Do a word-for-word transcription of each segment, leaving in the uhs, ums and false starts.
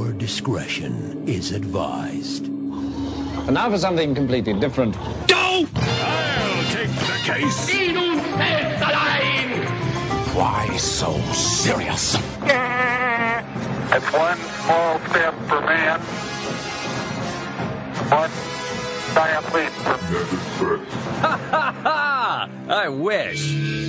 Viewer discretion is advised. And now for something completely different. Go! I'll take the case. Why so serious? It's one small step for man, one giant leap for mankind. Ha ha ha! I wish.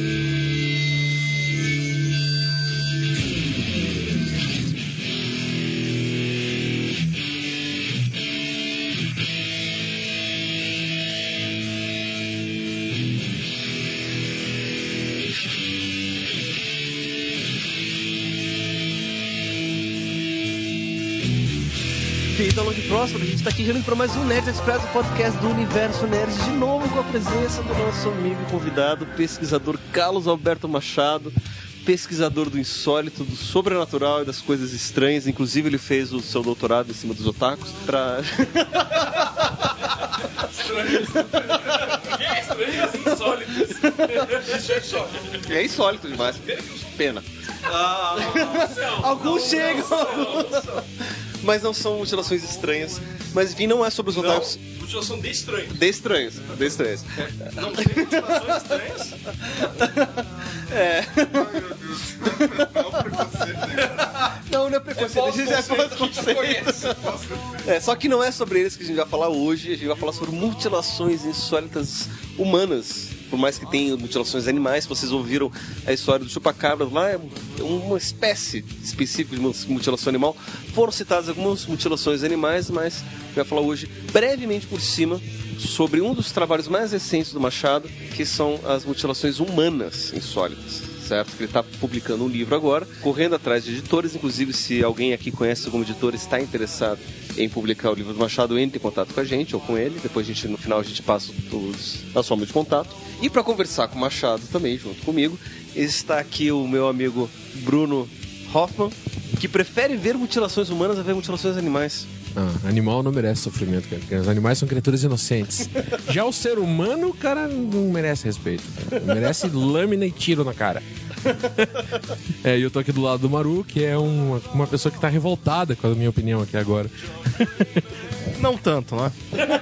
Querido ao longo e próximo, a gente está aqui reunindo para mais um Nerd Express, o podcast do Universo Nerd, de novo com a presença do nosso amigo e convidado, pesquisador Carlos Alberto Machado, pesquisador do insólito, do sobrenatural e das coisas estranhas. Inclusive ele fez o seu doutorado em cima dos otakus para... Estranhos. Que é estranhos e insólitos. Isso é insólito. É insólito demais. Pena. Ah, alguns chegam. Mas não são mutilações estranhas. Mas enfim, não é sobre os otakus. Não, mutilação de estranhos. De estranhos, de estranhos. Não tem mutilações estranhas? É. Não, não é É preconceito. É pós-conceito. É, só que não é sobre eles que a gente vai falar hoje. A gente vai falar sobre mutilações insólitas humanas. Por mais que tenha mutilações animais, vocês ouviram a história do chupacabra lá, é uma espécie específica de mutilação animal. Foram citadas algumas mutilações animais, mas a gente vai falar hoje brevemente por cima sobre um dos trabalhos mais recentes do Machado, que são as mutilações humanas insólitas. Certo? Que ele está publicando um livro agora, correndo atrás de editores. Inclusive, se alguém aqui conhece algum editor e está interessado em publicar o livro do Machado, entre em contato com a gente ou com ele. Depois, a gente, no final, a gente passa os, a soma de contato. E para conversar com o Machado também, junto comigo, está aqui o meu amigo Bruno Hoffman, que prefere ver mutilações humanas a ver mutilações animais. Ah, animal não merece sofrimento, cara, porque os animais são criaturas inocentes. Já o ser humano, o cara não merece respeito, cara. Merece lâmina e tiro na cara. É, e eu tô aqui do lado do Maru, que é uma, uma pessoa que tá revoltada com a minha opinião aqui agora. Não tanto, né?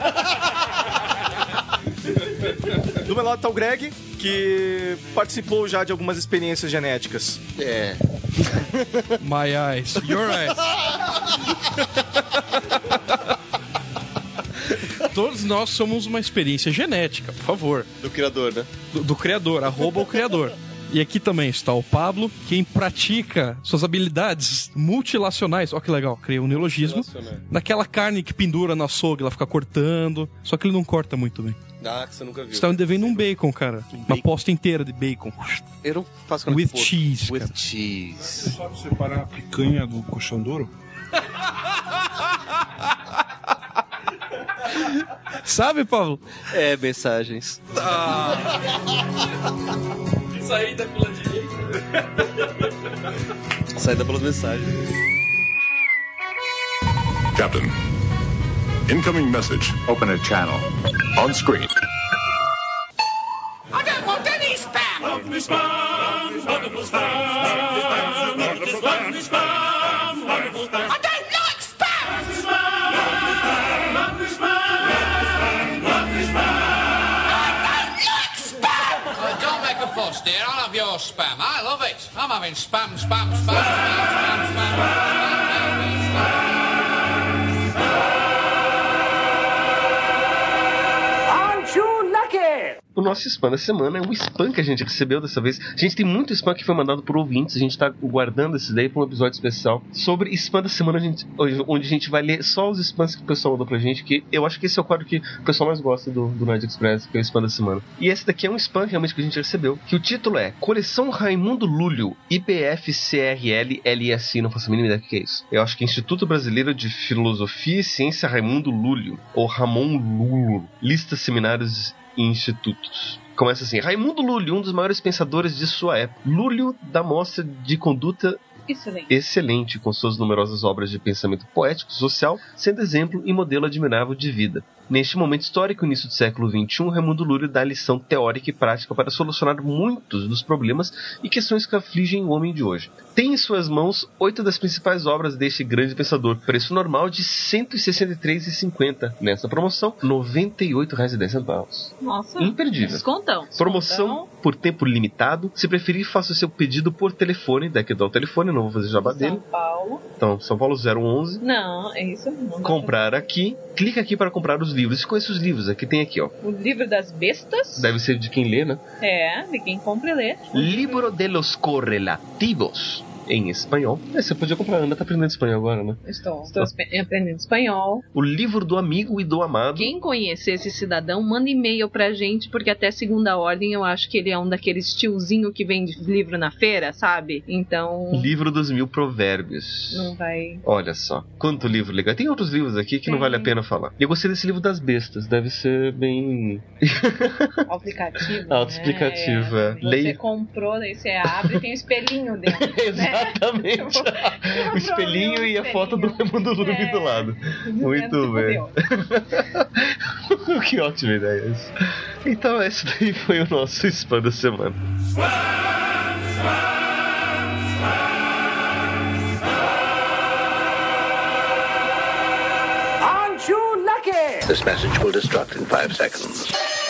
Do meu lado tá o Greg, que participou já de algumas experiências genéticas. É. My eyes, your eyes. Todos nós somos uma experiência genética, por favor. Do criador, né? Do, do criador, arroba o criador. E aqui também está o Pablo, quem pratica suas habilidades mutilacionais. Ó que legal, criei um neologismo. Naquela carne que pendura no açougue, ela fica cortando. Só que ele não corta muito bem. Ah, que você nunca viu. Você tá me devendo um bacon, cara. Um uma posta inteira de bacon. Eu não faço com With cheese, With cara. cheese. Você sabe separar a picanha do colchão duro? Sabe, Pablo? É, mensagens. Ah. Saída pela direita. Saída pelas mensagens. Captain, incoming message. Open a channel. On screen. I don't want any spam! Love me spam, wonderful spam, love me spam, wonderful spam. I don't like spam! Love me spam, love me spam, love me spam. I don't like spam! Uh, don't make a fuss, dear. I'll have your spam. I love it. I'm having spam, spam, spam, spam, spam, spam, spam, spam. O nosso spam da semana é um spam que a gente recebeu dessa vez. A gente tem muito spam que foi mandado por ouvintes. A gente tá guardando esse daí para um episódio especial sobre spam da semana, a gente, onde a gente vai ler só os spams que o pessoal mandou pra gente, que eu acho que esse é o quadro que o pessoal mais gosta do, do Nerd Express, que é o spam da semana. E esse daqui é um spam realmente que a gente recebeu, que o título é Coleção Raimundo Lúlio, I P F C R L L S I, não faço a mínima ideia do que é isso. Eu acho que é Instituto Brasileiro de Filosofia e Ciência Raimundo Lúlio, ou Ramon Lúlio, lista seminários e institutos. Começa assim: Raimundo Lúlio, um dos maiores pensadores de sua época. Lúlio da mostra de conduta Excelente. Excelente, com suas numerosas obras de pensamento poético e social, sendo exemplo e modelo admirável de vida. Neste momento histórico, início do século vinte e um, Raimundo Lurio dá lição teórica e prática para solucionar muitos dos problemas e questões que afligem o homem de hoje. Tem em suas mãos oito das principais obras deste grande pensador. Preço normal de cento e sessenta e três reais e cinquenta centavos. Nessa promoção, noventa e oito reais e dez centavos. Nossa. Imperdível. Descontão. Promoção Descontão. Por tempo limitado. Se preferir, faça o seu pedido por telefone. Daqui dá o telefone, não vou fazer jabá dele. São Paulo. Então, São Paulo zero onze. Não, é isso. Não dá Comprar aqui. Clica aqui para comprar os livros. E conheça os livros. Aqui tem aqui, ó. pra... O livro das bestas. Deve ser de quem lê, né? É, de quem compra e lê. Libro de los correlativos. Em espanhol. É, você podia comprar. Ana tá aprendendo espanhol agora, né? Estou, estou aprendendo espanhol. O livro do amigo e do amado. Quem conhecer esse cidadão, manda e-mail pra gente, porque até segunda ordem eu acho que ele é um daqueles tiozinho que vende livro na feira, sabe? Então... Livro dos mil provérbios. Não vai... Olha só, quanto livro legal. Tem outros livros aqui que Tem. não vale a pena falar. Eu gostei desse livro das bestas. Deve ser bem... Auto-explicativo. Auto-explicativo, né? é. Você Leia. comprou, daí você abre e tem um espelhinho dentro. Né? Exatamente. O espelhinho e a foto do Raimundo Lurio É. do lado. Muito bem. Que ótima ideia isso. Então esse daí foi o nosso spam da semana. Aren't you lucky? This message will destruct in five seconds.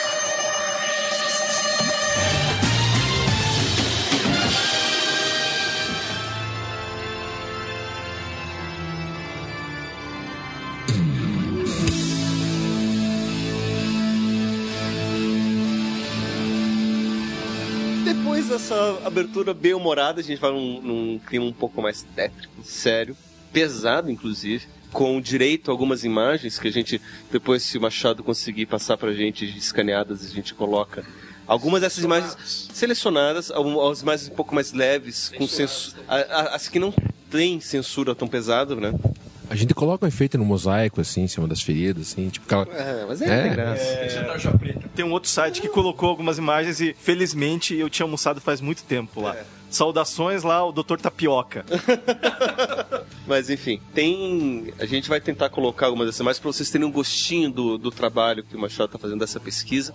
Depois dessa abertura bem humorada, a gente vai num, num clima um pouco mais tétrico, sério, pesado inclusive, com direito a algumas imagens que a gente, depois se o Machado conseguir passar pra gente escaneadas, a gente coloca algumas dessas imagens selecionadas, as imagens um pouco mais leves, com censura, as que não têm censura tão pesada, né? A gente coloca um efeito no mosaico, assim, em cima das feridas, assim, tipo aquela... É, mas é, tem graça. É... Tem um outro site que colocou algumas imagens e, felizmente, eu tinha almoçado faz muito tempo lá. É. Saudações lá, o doutor Tapioca. Mas enfim, tem. A gente vai tentar colocar algumas dessas imagens para vocês terem um gostinho do, do trabalho que o Machado está fazendo dessa pesquisa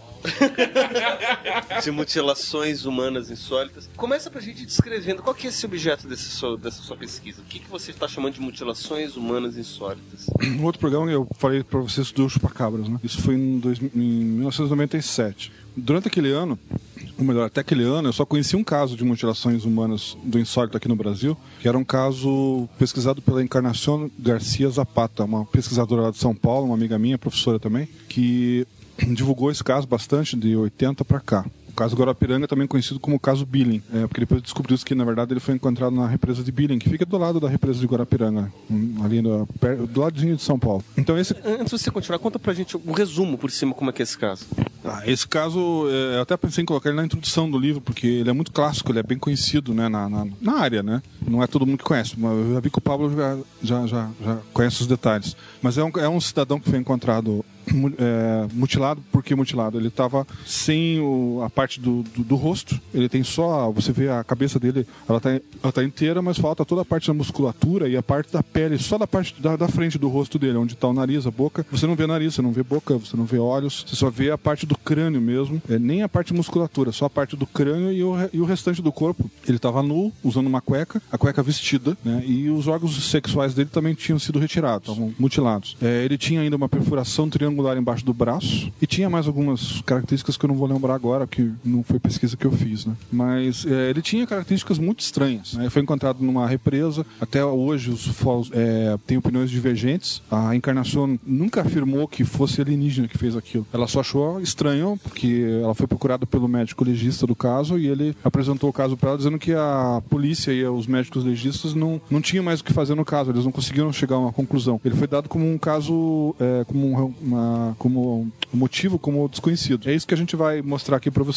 de mutilações humanas insólitas. Começa pra gente descrevendo qual que é esse objeto desse sua, dessa sua pesquisa. O que, que você está chamando de mutilações humanas insólitas? No outro programa eu falei para vocês do chupacabras, né? Isso foi em, dois, em mil novecentos e noventa e sete. Durante aquele ano, ou melhor, até aquele ano, eu só conheci um caso de mutilações humanas do insólito aqui no Brasil, que era um caso pesquisado pela Encarnação Garcia Zapata, uma pesquisadora lá de São Paulo, uma amiga minha, professora também, que divulgou esse caso bastante de oitenta para cá. O caso Guarapiranga, também conhecido como o caso Billing, é, porque depois descobriu que, na verdade, ele foi encontrado na represa de Billing, que fica do lado da represa de Guarapiranga, ali do, do ladinho de São Paulo. Então, esse... Antes de você continuar, conta pra gente um resumo por cima como é que é esse caso. Ah, esse caso, é, eu até pensei em colocar ele na introdução do livro, porque ele é muito clássico, ele é bem conhecido, né, na, na, na área, né? Não é todo mundo que conhece, mas eu já vi que o Pablo já, já, já, já conhece os detalhes. Mas é um, é um cidadão que foi encontrado é, mutilado. Por que mutilado? Ele estava sem o, a parte do, do, do rosto, ele tem só, você vê a cabeça dele, ela está ela tá inteira, mas falta toda a parte da musculatura e a parte da pele, só da parte da, da frente do rosto dele, onde está o nariz, a boca. Você não vê nariz, você não vê boca, você não vê olhos, você só vê a parte do crânio mesmo, é, nem a parte de musculatura, só a parte do crânio e o, e o restante do corpo. Ele estava nu, usando uma cueca, a cueca vestida, né, e os órgãos sexuais dele também tinham sido retirados, estavam mutilados. É, ele tinha ainda uma perfuração triangular embaixo do braço e tinha mais algumas características que eu não vou lembrar agora, que não foi pesquisa que eu fiz, né? Mas é, ele tinha características muito estranhas, né? Foi encontrado numa represa. Até hoje os ufólogos é, têm opiniões divergentes. A Encarnação nunca afirmou que fosse alienígena que fez aquilo. Ela só achou estranho, porque ela foi procurada pelo médico legista do caso e ele apresentou o caso para ela, dizendo que a polícia e os médicos legistas não, não tinham mais o que fazer no caso, eles não conseguiram chegar a uma conclusão. Ele foi dado como um caso, é, como, uma, como um motivo como desconhecido. É isso que a gente vai mostrar aqui para vocês.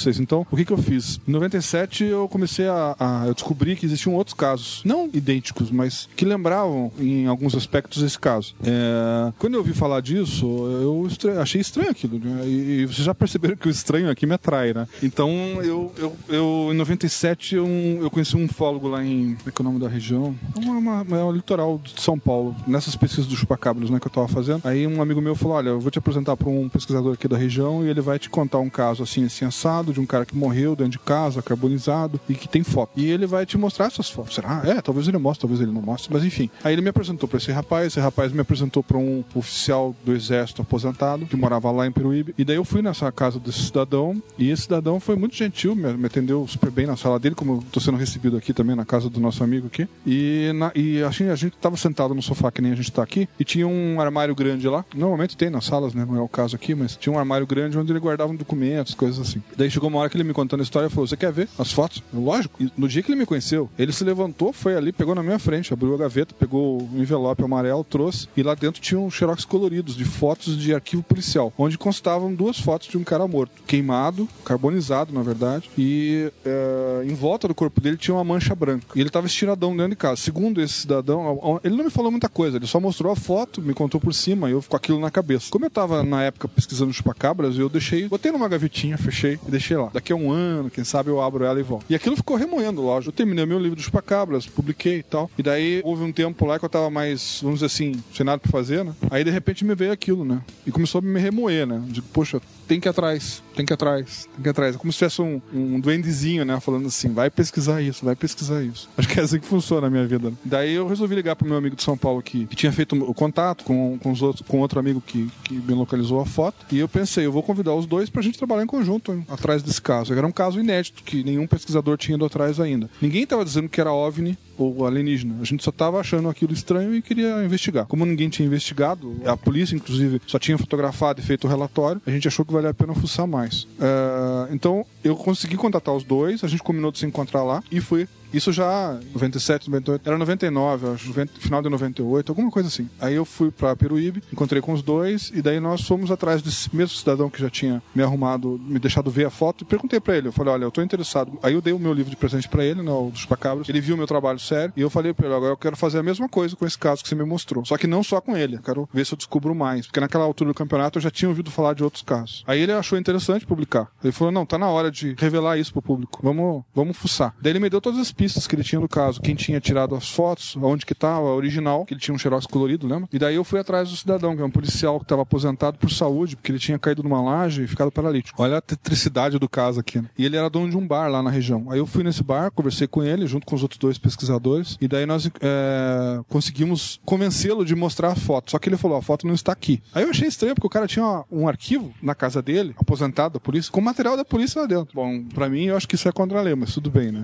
vocês. Então, o que que eu fiz? Em noventa e sete eu comecei a, a eu descobri que existiam outros casos, não idênticos, mas que lembravam em alguns aspectos esse caso. É, quando eu ouvi falar disso, eu estra... achei estranho aquilo, né? E, e vocês já perceberam que o estranho aqui me atrai, né? Então, eu, eu, eu em noventa e sete eu, eu conheci um ufólogo lá em, como é que é o nome da região? É uma, uma, é o litoral de São Paulo, nessas pesquisas do chupacabras, né, que eu tava fazendo. Aí um amigo meu falou, olha, eu vou te apresentar para um pesquisador aqui da região e ele vai te contar um caso assim, assim, assado, de um cara que morreu dentro de casa, carbonizado, e que tem foto. E ele vai te mostrar essas fotos. Será? É, talvez ele mostre, talvez ele não mostre, mas enfim. Aí ele me apresentou para esse rapaz, esse rapaz me apresentou para um oficial do exército aposentado, que morava lá em Peruíbe. E daí eu fui nessa casa desse cidadão, e esse cidadão foi muito gentil, me, me atendeu super bem na sala dele, como eu tô sendo recebido aqui também, na casa do nosso amigo aqui. E, na, e a, gente, a gente tava sentado no sofá, que nem a gente tá aqui, e tinha um armário grande lá. Normalmente tem nas salas, né? Não é o caso aqui, mas tinha um armário grande onde ele guardava documentos, coisas assim. Daí chegou uma hora que ele me contando a história e falou, você quer ver as fotos? Eu, lógico. E no dia que ele me conheceu, ele se levantou, foi ali, pegou na minha frente, abriu a gaveta, pegou um envelope amarelo, trouxe, e lá dentro tinham xerox coloridos de fotos de arquivo policial, onde constavam duas fotos de um cara morto, queimado, carbonizado, na verdade, e é, em volta do corpo dele tinha uma mancha branca. E ele tava estiradão dentro de casa. Segundo esse cidadão, ele não me falou muita coisa, ele só mostrou a foto, me contou por cima, e eu fico com aquilo na cabeça. Como eu tava na época pesquisando chupacabras, eu deixei, botei numa gavetinha, fechei e deixei lá. Daqui a um ano, quem sabe eu abro ela e volto. E aquilo ficou remoendo, lógico. Eu terminei meu livro de chupacabras, publiquei e tal. E daí houve um tempo lá que eu tava mais, vamos dizer assim, sem nada pra fazer, né? Aí de repente me veio aquilo, né? E começou a me remoer, né? Digo, poxa, tem que ir atrás, tem que ir atrás, tem que ir atrás. É como se tivesse um, um duendezinho, né? Falando assim, vai pesquisar isso, vai pesquisar isso. Acho que é assim que funciona a minha vida. Daí eu resolvi ligar pro meu amigo de São Paulo aqui, que tinha feito o contato com, com, os outros, com outro amigo que, que me localizou a foto. E eu pensei, eu vou convidar os dois pra gente trabalhar em conjunto, hein, atrás desse caso. Era um caso inédito, que nenhum pesquisador tinha ido atrás ainda. Ninguém tava dizendo que era OVNI ou alienígena. A gente só tava achando aquilo estranho e queria investigar. Como ninguém tinha investigado, a polícia, inclusive, só tinha fotografado e feito o relatório, a gente achou que valia a pena fuçar mais. Uh, então, eu consegui contatar os dois, a gente combinou de se encontrar lá e fui. Isso já noventa e sete, noventa e oito, era noventa e nove, acho, final de noventa e oito, alguma coisa assim. Aí eu fui pra Peruíbe, encontrei com os dois, e daí nós fomos atrás desse mesmo cidadão que já tinha me arrumado, me deixado ver a foto, e perguntei pra ele, eu falei, olha, eu tô interessado. Aí eu dei o meu livro de presente pra ele, né, o dos chupacabras, ele viu o meu trabalho sério, e eu falei pra ele, agora eu quero fazer a mesma coisa com esse caso que você me mostrou. Só que não só com ele, eu quero ver se eu descubro mais, porque naquela altura do campeonato eu já tinha ouvido falar de outros casos. Aí ele achou interessante publicar. Ele falou, não, tá na hora de revelar isso pro público, vamos, vamos fuçar. Daí ele me deu todas as pistas que ele tinha do caso, quem tinha tirado as fotos, onde que tava, a original, que ele tinha um xerox colorido, lembra? E daí eu fui atrás do cidadão, que é um policial que estava aposentado por saúde, porque ele tinha caído numa laje e ficado paralítico. Olha a tetricidade do caso aqui, né? E ele era dono de um bar lá na região. Aí eu fui nesse bar, conversei com ele, junto com os outros dois pesquisadores, e daí nós é, conseguimos convencê-lo de mostrar a foto. Só que ele falou, a foto não está aqui. Aí eu achei estranho, porque o cara tinha uma, um arquivo na casa dele, aposentado da polícia, com material da polícia lá dentro. Bom, pra mim, eu acho que isso é contra a lei, mas tudo bem, né?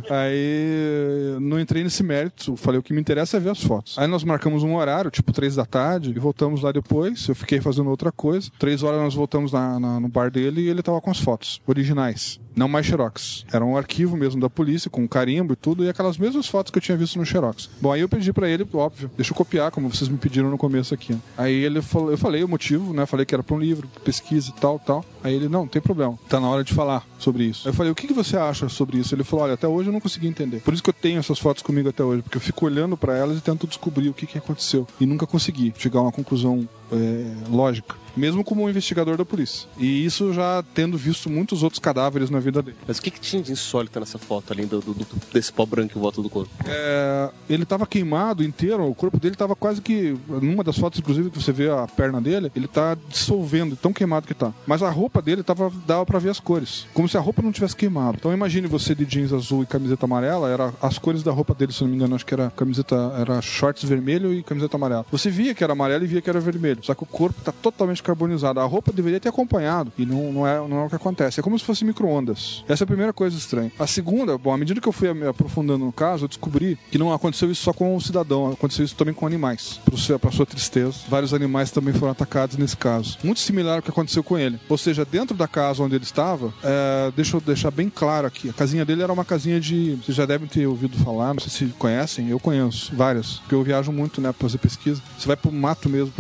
Aí não entrei nesse mérito, falei, o que me interessa é ver as fotos. Aí nós marcamos um horário, tipo três da tarde, e voltamos lá depois, eu fiquei fazendo outra coisa. Três horas nós voltamos na, na, no bar dele e ele tava com as fotos originais. Não mais xerox. Era um arquivo mesmo da polícia, com carimbo e tudo, e aquelas mesmas fotos que eu tinha visto no xerox. Bom, aí eu pedi pra ele, óbvio, deixa eu copiar, como vocês me pediram no começo aqui. Né? Aí ele falou, eu falei o motivo, né? Falei que era pra um livro, pesquisa e tal, tal. Aí ele, não, não tem problema, tá na hora de falar sobre isso. Aí eu falei, o que, que você acha sobre isso? Ele falou, olha, até hoje eu não consegui entender. Por isso que eu tenho essas fotos comigo até hoje, porque eu fico olhando pra elas e tento descobrir o que, que aconteceu. E nunca consegui chegar a uma conclusão é, lógica. Mesmo como um investigador da polícia. E isso já tendo visto muitos outros cadáveres na vida dele. Mas o que, que tinha de insólito nessa foto, além do, do, do, desse pó branco em volta do corpo? É, ele estava queimado inteiro, o corpo dele estava quase que... Numa das fotos, inclusive, que você vê a perna dele, ele está dissolvendo, tão queimado que tá. Mas a roupa dele tava, dava para ver as cores. Como se a roupa não tivesse queimado. Então imagine você de jeans azul e camiseta amarela, era as cores da roupa dele, se não me engano, acho que era camiseta, era shorts vermelho e camiseta amarela. Você via que era amarelo e via que era vermelho. Só que o corpo está totalmente carbonizado. A roupa deveria ter acompanhado. E não, não, é, não é o que acontece. É como se fosse micro-ondas. Essa é a primeira coisa estranha. A segunda, bom, à medida que eu fui me aprofundando no caso, eu descobri que não aconteceu isso só com o cidadão, aconteceu isso também com animais. Para sua tristeza. Vários animais também foram atacados nesse caso. Muito similar ao que aconteceu com ele. Ou seja, dentro da casa onde ele estava, é, deixa eu deixar bem claro aqui, a casinha dele era uma casinha de... Vocês já devem ter ouvido falar, não sei se conhecem, eu conheço várias, porque eu viajo muito, né, para fazer pesquisa. Você vai pro mato mesmo, pro interior,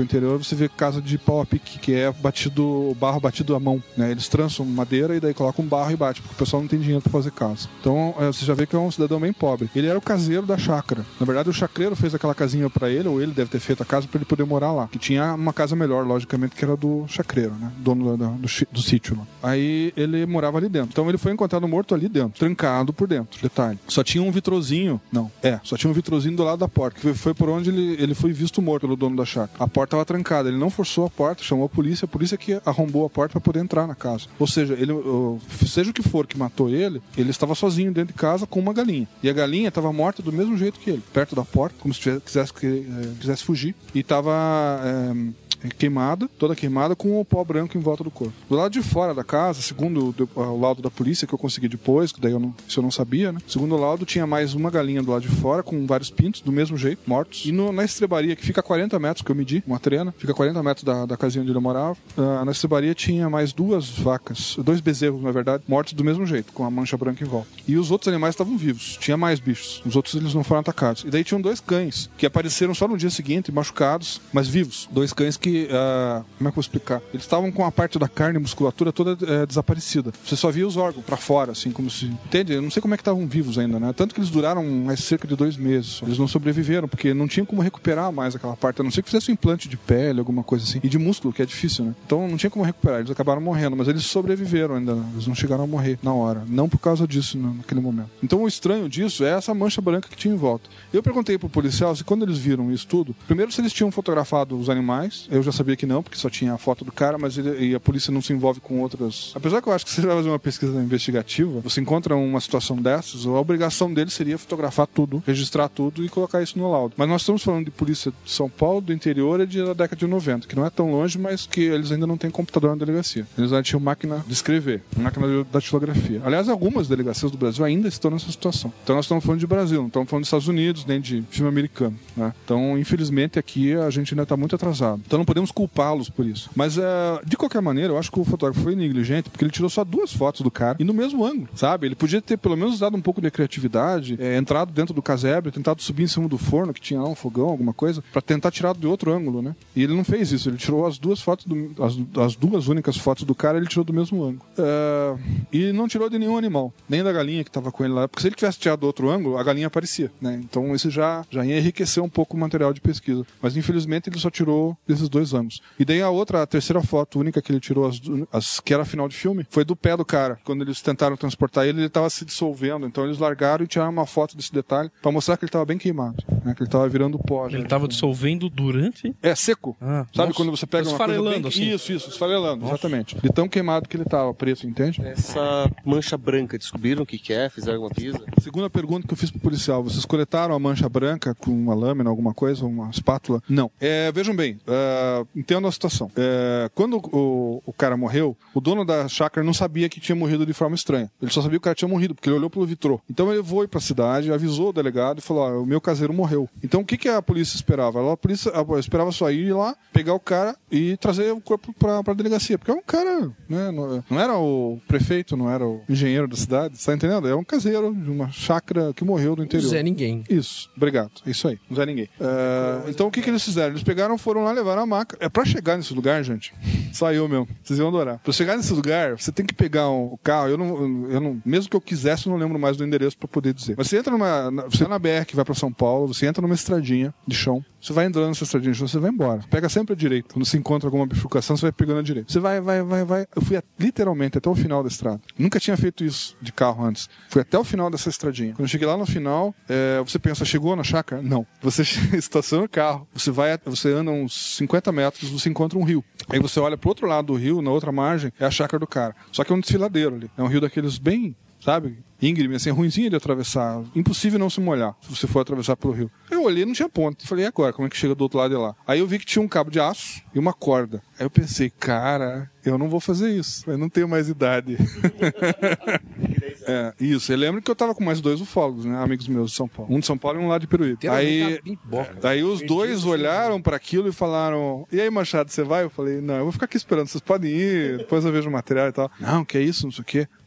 você vê casa de pau a pique, que é batido, barro batido à mão, né? Eles trançam madeira e daí colocam um barro e bate, porque o pessoal não tem dinheiro pra fazer casa. Então, é, você já vê que é um cidadão bem pobre. Ele era o caseiro da chácara. Na verdade, o chacreiro fez aquela casinha pra ele, ou ele deve ter feito a casa pra ele poder morar lá. Que tinha uma casa melhor, logicamente, que era do chacreiro, né? Dono do, do, do, do sítio lá. Aí ele morava ali dentro. Então ele foi encontrado morto ali dentro, trancado por dentro. Detalhe. Só tinha um vitrozinho. Não, é, só tinha um vitrozinho do lado da porta, que foi, foi por onde ele, ele foi visto morto pelo dono da chácara. A porta estava trancada, ele não forçou a porta, chamou a polícia, a polícia que arrombou a porta para poder entrar na casa. Ou seja, ele, seja o que for que matou ele, ele estava sozinho dentro de casa com uma galinha. E a galinha estava morta do mesmo jeito que ele, perto da porta, como se tivesse, quisesse, quisesse fugir. E estava é, queimada, toda queimada, com o pó branco em volta do corpo. Do lado de fora da casa, segundo o, o laudo da polícia, que eu consegui depois, que daí eu não, isso eu não sabia, né? Segundo o laudo, tinha mais uma galinha do lado de fora, com vários pintos, do mesmo jeito, mortos. E no, na estrebaria, que fica a quarenta metros, que eu medi, uma trena, fica a quarenta metros da, da casinha onde ele morava, uh, na estrebaria tinha mais duas vacas, dois bezerros, na verdade, mortos do mesmo jeito, com a mancha branca em volta. E os outros animais estavam vivos, tinha mais bichos. Os outros, eles não foram atacados. E daí tinham dois cães, que apareceram só no dia seguinte, machucados, mas vivos. Dois cães que... Uh, como é que eu vou explicar? Eles estavam com a parte da carne e musculatura toda uh, desaparecida. Você só via os órgãos pra fora, assim, como se... Entende? Eu não sei como é que estavam vivos ainda, né? Tanto que eles duraram mais cerca de dois meses. Eles não sobreviveram, porque não tinha como recuperar mais aquela parte, a não ser que fizesse um implante de pele, alguma coisa assim. E de músculo, que é difícil, né? Então não tinha como recuperar. Eles acabaram morrendo, mas eles sobreviveram ainda, né? Eles não chegaram a morrer na hora. Não por causa disso, né, naquele momento. Então o estranho disso é essa mancha branca que tinha em volta. Eu perguntei pro policial se quando eles viram isso tudo, primeiro se eles tinham fotografado os animais. Eu já sabia que não, porque só tinha a foto do cara, mas ele, e a polícia não se envolve com outras... Apesar que eu acho que se você vai fazer uma pesquisa investigativa, você encontra uma situação dessas, a obrigação dele seria fotografar tudo, registrar tudo e colocar isso no laudo. Mas nós estamos falando de polícia de São Paulo, do interior, e da década de noventa, que não é tão longe, mas que eles ainda não têm computador na delegacia. Eles ainda tinham máquina de escrever, máquina de datilografia. Aliás, algumas delegacias do Brasil ainda estão nessa situação. Então nós estamos falando de Brasil, não estamos falando dos Estados Unidos, nem de filme americano, né? Então, infelizmente, aqui a gente ainda está muito atrasado. Então não podemos culpá-los por isso. Mas, uh, de qualquer maneira, eu acho que o fotógrafo foi negligente, porque ele tirou só duas fotos do cara e no mesmo ângulo, sabe? Ele podia ter pelo menos dado um pouco de criatividade, é, entrado dentro do casebre, tentado subir em cima do forno, que tinha lá um fogão, alguma coisa, pra tentar tirar de outro ângulo, né? E ele não fez isso, ele tirou as duas fotos, do, as, as duas únicas fotos do cara, ele tirou do mesmo ângulo. Uh, e não tirou de nenhum animal, nem da galinha que tava com ele lá, porque se ele tivesse tirado do outro ângulo, a galinha aparecia, né? Então isso já, já ia enriquecer um pouco o material de pesquisa. Mas infelizmente ele só tirou desses dois ângulos. E daí a outra, a terceira foto única que ele tirou, as, as, que era final de filme, foi do pé do cara. Quando eles tentaram transportar ele, ele estava se dissolvendo. Então eles largaram e tiraram uma foto desse detalhe pra mostrar que ele estava bem queimado, né? Que ele estava virando pó. Ele estava dissolvendo durante? É, seco. Ah, sabe nossa. Quando você pega uma coisa bem... assim. Isso, isso, esfarelando, nossa. Exatamente. De tão queimado que ele estava, preto, entende? Essa mancha branca, descobriram o que que é? Fizeram alguma pesquisa? Segunda pergunta que eu fiz pro policial, vocês coletaram a mancha branca com uma lâmina, alguma coisa, uma espátula? Não. É, vejam bem, uh, entendo a situação. É, quando o, o cara morreu, o dono da chácara não sabia que tinha morrido de forma estranha. Ele só sabia que o cara tinha morrido, porque ele olhou pelo vitrô. Então ele foi pra cidade, avisou o delegado e falou, ó, o meu caseiro morreu. Então o que, que a polícia esperava? A polícia esperava só ir lá, pegar o cara e trazer o corpo pra, pra delegacia. Porque é um cara, né? Não, não era o prefeito, não era o engenheiro da cidade, você tá entendendo? É um caseiro de uma chácara que morreu do interior. Zé Ninguém. Isso, obrigado. Isso aí, não Zé Ninguém. Uh, então o que, que eles fizeram? Eles pegaram, foram lá, levaram a maca. É pra chegar nesse lugar, gente, só eu mesmo. Vocês iam adorar. Pra chegar nesse lugar, você tem que pegar um, o carro. Eu não, eu não, mesmo que eu quisesse, eu não lembro mais do endereço pra poder dizer. Mas você entra numa, na, você é na B R que vai pra São Paulo, você entra numa estradinha de chão. Você vai entrando nessa estradinha de chão, você vai embora. Pega sempre a direita. Quando você encontra alguma bifurcação, você vai pegando a direita. Você vai, vai, vai, vai. Eu fui a, literalmente até o final da estrada. Nunca tinha feito isso de carro antes. Fui até o final dessa estradinha. Quando eu cheguei lá no final, é, você pensa, chegou na chácara? Não. Você estaciona o carro, você vai, você anda uns cinquenta metros, você encontra um rio. Aí você olha pro outro lado do rio, na outra margem, é a chácara do cara. Só que é um desfiladeiro ali. É um rio daqueles bem, sabe, íngreme, assim, ruimzinho de atravessar. Impossível não se molhar, se você for atravessar pelo rio. Eu olhei, não tinha ponte. Falei, e agora? Como é que chega do outro lado de lá? Aí eu vi que tinha um cabo de aço e uma corda. Aí eu pensei, cara, eu não vou fazer isso. Eu não tenho mais idade. É, isso. Eu lembro que eu tava com mais dois ufólogos, né? Amigos meus de São Paulo. Um de São Paulo e um lá de Peruíbe. Aí, daí os dois olharam pra aquilo e falaram, e aí, Machado, você vai? Eu falei, não, eu vou ficar aqui esperando. Vocês podem ir, depois eu vejo o material e tal. Não, que é isso, não sei o quê.